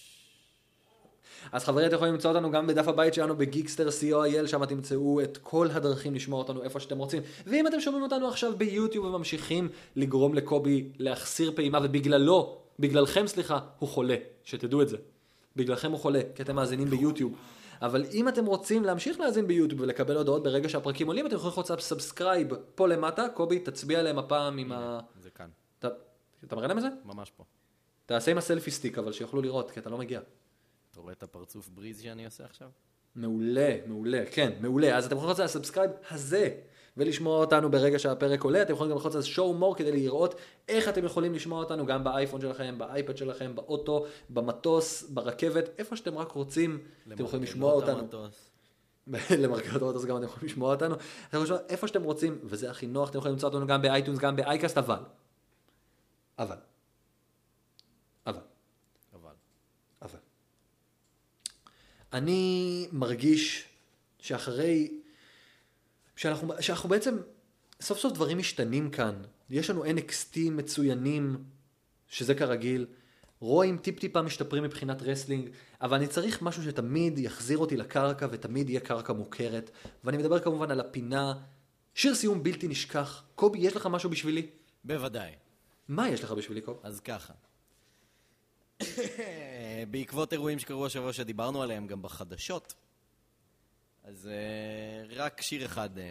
אז חברים, אתם יכולים למצוא אותנו גם בדף הבית שלנו בגיקסטר סי או איי אל, שם תמצאו את כל הדרכים לשמוע אותנו איפה שאתם רוצים. ואם אתם שומעים אותנו עכשיו ביוטיוב וממשיכים לגרום לקובי להחסיר פעימה, ובגללו, בגללכם סליחה, הוא חולה, שתדעו את זה. בגללכם הוא חולה, כי אתם מאזינים ביוטיוב. אבל אם אתם רוצים להמשיך להאזין ביוטיוב ולקבל הודעות ברגע שהפרקים עולים, אתם יכולים ללחוץ סאבסקרייב פה למטה. קובי, תצביע עליהם הפעם עם ה... זה כאן. אתה, אתה מראה להם את זה? ממש פה. תעשה עם הסלפי סטיק, אבל שיוכלו לראות, כי אתה לא מגיע. אתה רואה את הפרצוף בריז שאני עושה עכשיו? מעולה, מעולה, כן, מעולה. אז אתם יכולים ללחוץ על הסאבסקרייב הזה, ולשמוע אותנו ברגע שהפרק עולה. אתם יכולים גם ללחוץ על show more כדי לראות איך אתם יכולים לשמוע אותנו, גם באייפון שלכם, באייפד שלכם, באוטו, במטוס, ברכבת, איפה שאתם רק רוצים, אתם יכולים לשמוע אותנו. למרכבות המטוס גם אתם יכולים לשמוע אותנו. אתם יכולים לשמוע איפה שאתם רוצים, וזה הכי נוח. אתם יכולים למצוא אותנו גם באייטונס, גם באייקאסט, אבל. אבל. אבל. אבל. אבל. אני מרגיש שאחרי, שאנחנו, שאנחנו בעצם, סוף סוף דברים משתנים כאן. יש לנו אן אקס טי מצוינים, שזה כרגיל. רואים טיפ טיפה משתפרים מבחינת רסלינג, אבל אני צריך משהו שתמיד יחזיר אותי לקרקע, ותמיד יהיה קרקע מוכרת. ואני מדבר כמובן על הפינה, שיר סיום בלתי נשכח. קובי, יש לך משהו בשבילי? בוודאי. מה יש לך בשבילי, קובי? אז ככה. בעקבות אירועים שקרו השבוע שדיברנו עליהם גם בחדשות, אז uh, רק שיר אחד uh,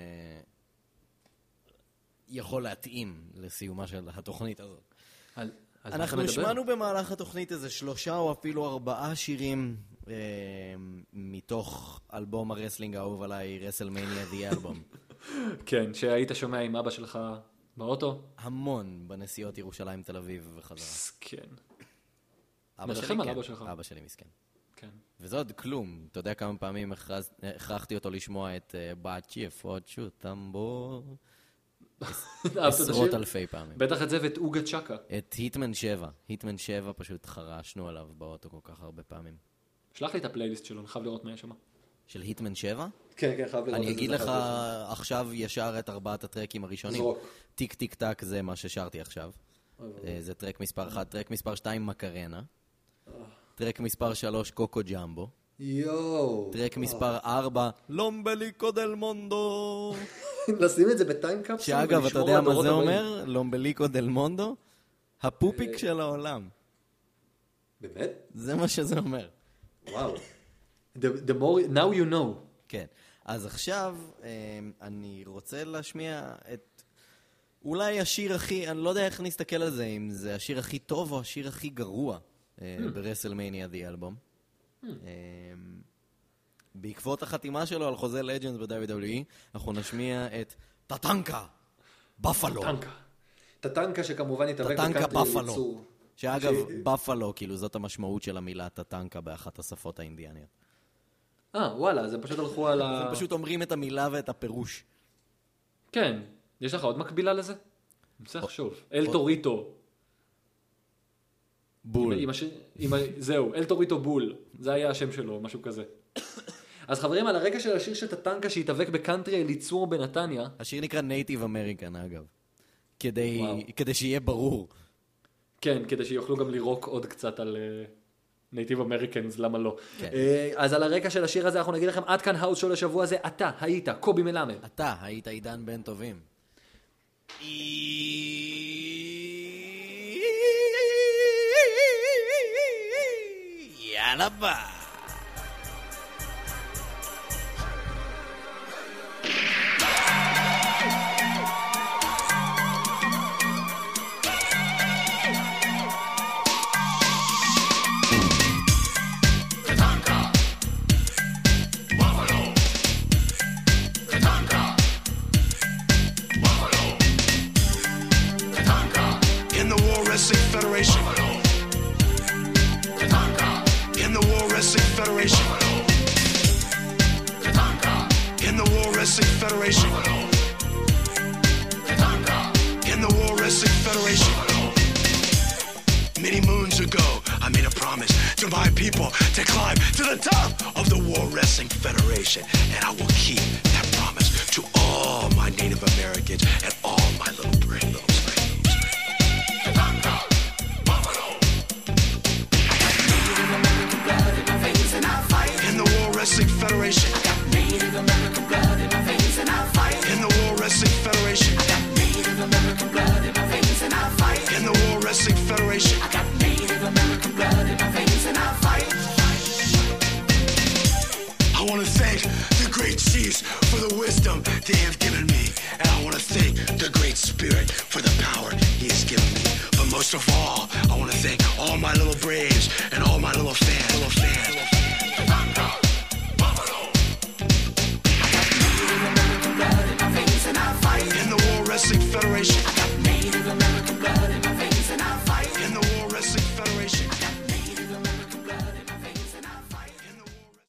יכול להתאים לסיומה של התוכנית הזאת. על, על אנחנו שמענו במהלך התוכנית איזה שלושה או אפילו ארבעה שירים uh, מתוך אלבום הרסלינג האהוב עליי, רסלמניה The Album. כן, שהיית שומע עם אבא שלך באוטו? המון בנסיעות ירושלים, תל אביב וחזרה. כן. אבא שלי כן, אבא שלי מסכן. כן. וזה עוד כלום. אתה יודע כמה פעמים הכרחתי אותו לשמוע את באצ'י יפות שוטמבו עשרות אלפי פעמים. בטח את זה ואת אוגה צ'קה. את היטמן שבע. היטמן שבע פשוט חרשנו עליו באוטו כל כך הרבה פעמים. שלח לי את הפלייליסט שלו, אני חייב לראות מה יש שם. של היטמן שבע? כן, כן, חייב לראות. אני אגיד לך עכשיו ישר את ארבעת הטרקים הראשונים. טיק טיק טק זה מה ששרתי עכשיו. זה טרק מספר אחד. טרק מספר שתיים מקרנה. טרק מספר שלוש קוקו ג'מבו. יואו. טרק מספר ארבע לומבליקו דל מונדו. נשים את זה בטיים קפסול. שאגב, אתה יודע מה זה אומר? לומבליקו דל מונדו? הפופיק של העולם. באמת? זה מה שזה אומר. וואו. The more, now you know. כן. אז עכשיו אני רוצה להשמיע את אולי השיר הכי, אני לא יודע איך נסתכל על זה, אם זה השיר הכי טוב או השיר הכי גרוע ברסלמניה The Album. בעקבות החתימה שלו על חוזה לג'נדס ב-דאבליו דאבליו אי, אנחנו נשמיע את טטנקה, בפלו. טטנקה. טטנקה שכמובן יתאבק טטנקה בפלו. שאגב, בפלו, כאילו זאת המשמעות של המילה טטנקה באחת השפות האינדיאניות. אה, וואלה, זה פשוט הלכו על ה... הם פשוט אומרים את המילה ואת הפירוש. כן. יש לך עוד מקבילה לזה? אני רוצה לחשוב. אל טוריטו. בול. זהו, אל טוריטו בול. זה היה השם שלו, משהו כזה. אז חברים, על הרקע של השיר של טטנקה שהתאבק בקאנטרי אליצור בנתניה. השיר נקרא נייטיב אמריקן, אגב. כדי שיהיה ברור. כן, כדי שיוכלו גם לירוק עוד קצת על נייטיב אמריקנס, למה לא. כן. אז על הרקע של השיר הזה אנחנו נגיד לכם, עד כאן האוס שואו לשבוע הזה, אתה היית קובי מלמד. אתה היית עידן בן טובים. יאללה ביי. Federation. In the war Wrestling Federation. In the World Wrestling Federation. In the World Wrestling Federation. Many moons ago, I made a promise to my people to climb to the top of the World Wrestling Federation. And I will keep that promise to all my Native Americans and all my little brains. In the World Wrestling Federation. I got Native American blood in my veins and I'll fight. In the World Wrestling Federation. I got Native American blood in my veins and I'll fight. In the World Wrestling Federation. I got Native American blood in my veins and I'll fight. I want to thank the great chiefs for the wisdom they have given me. And I want to thank the Great Spirit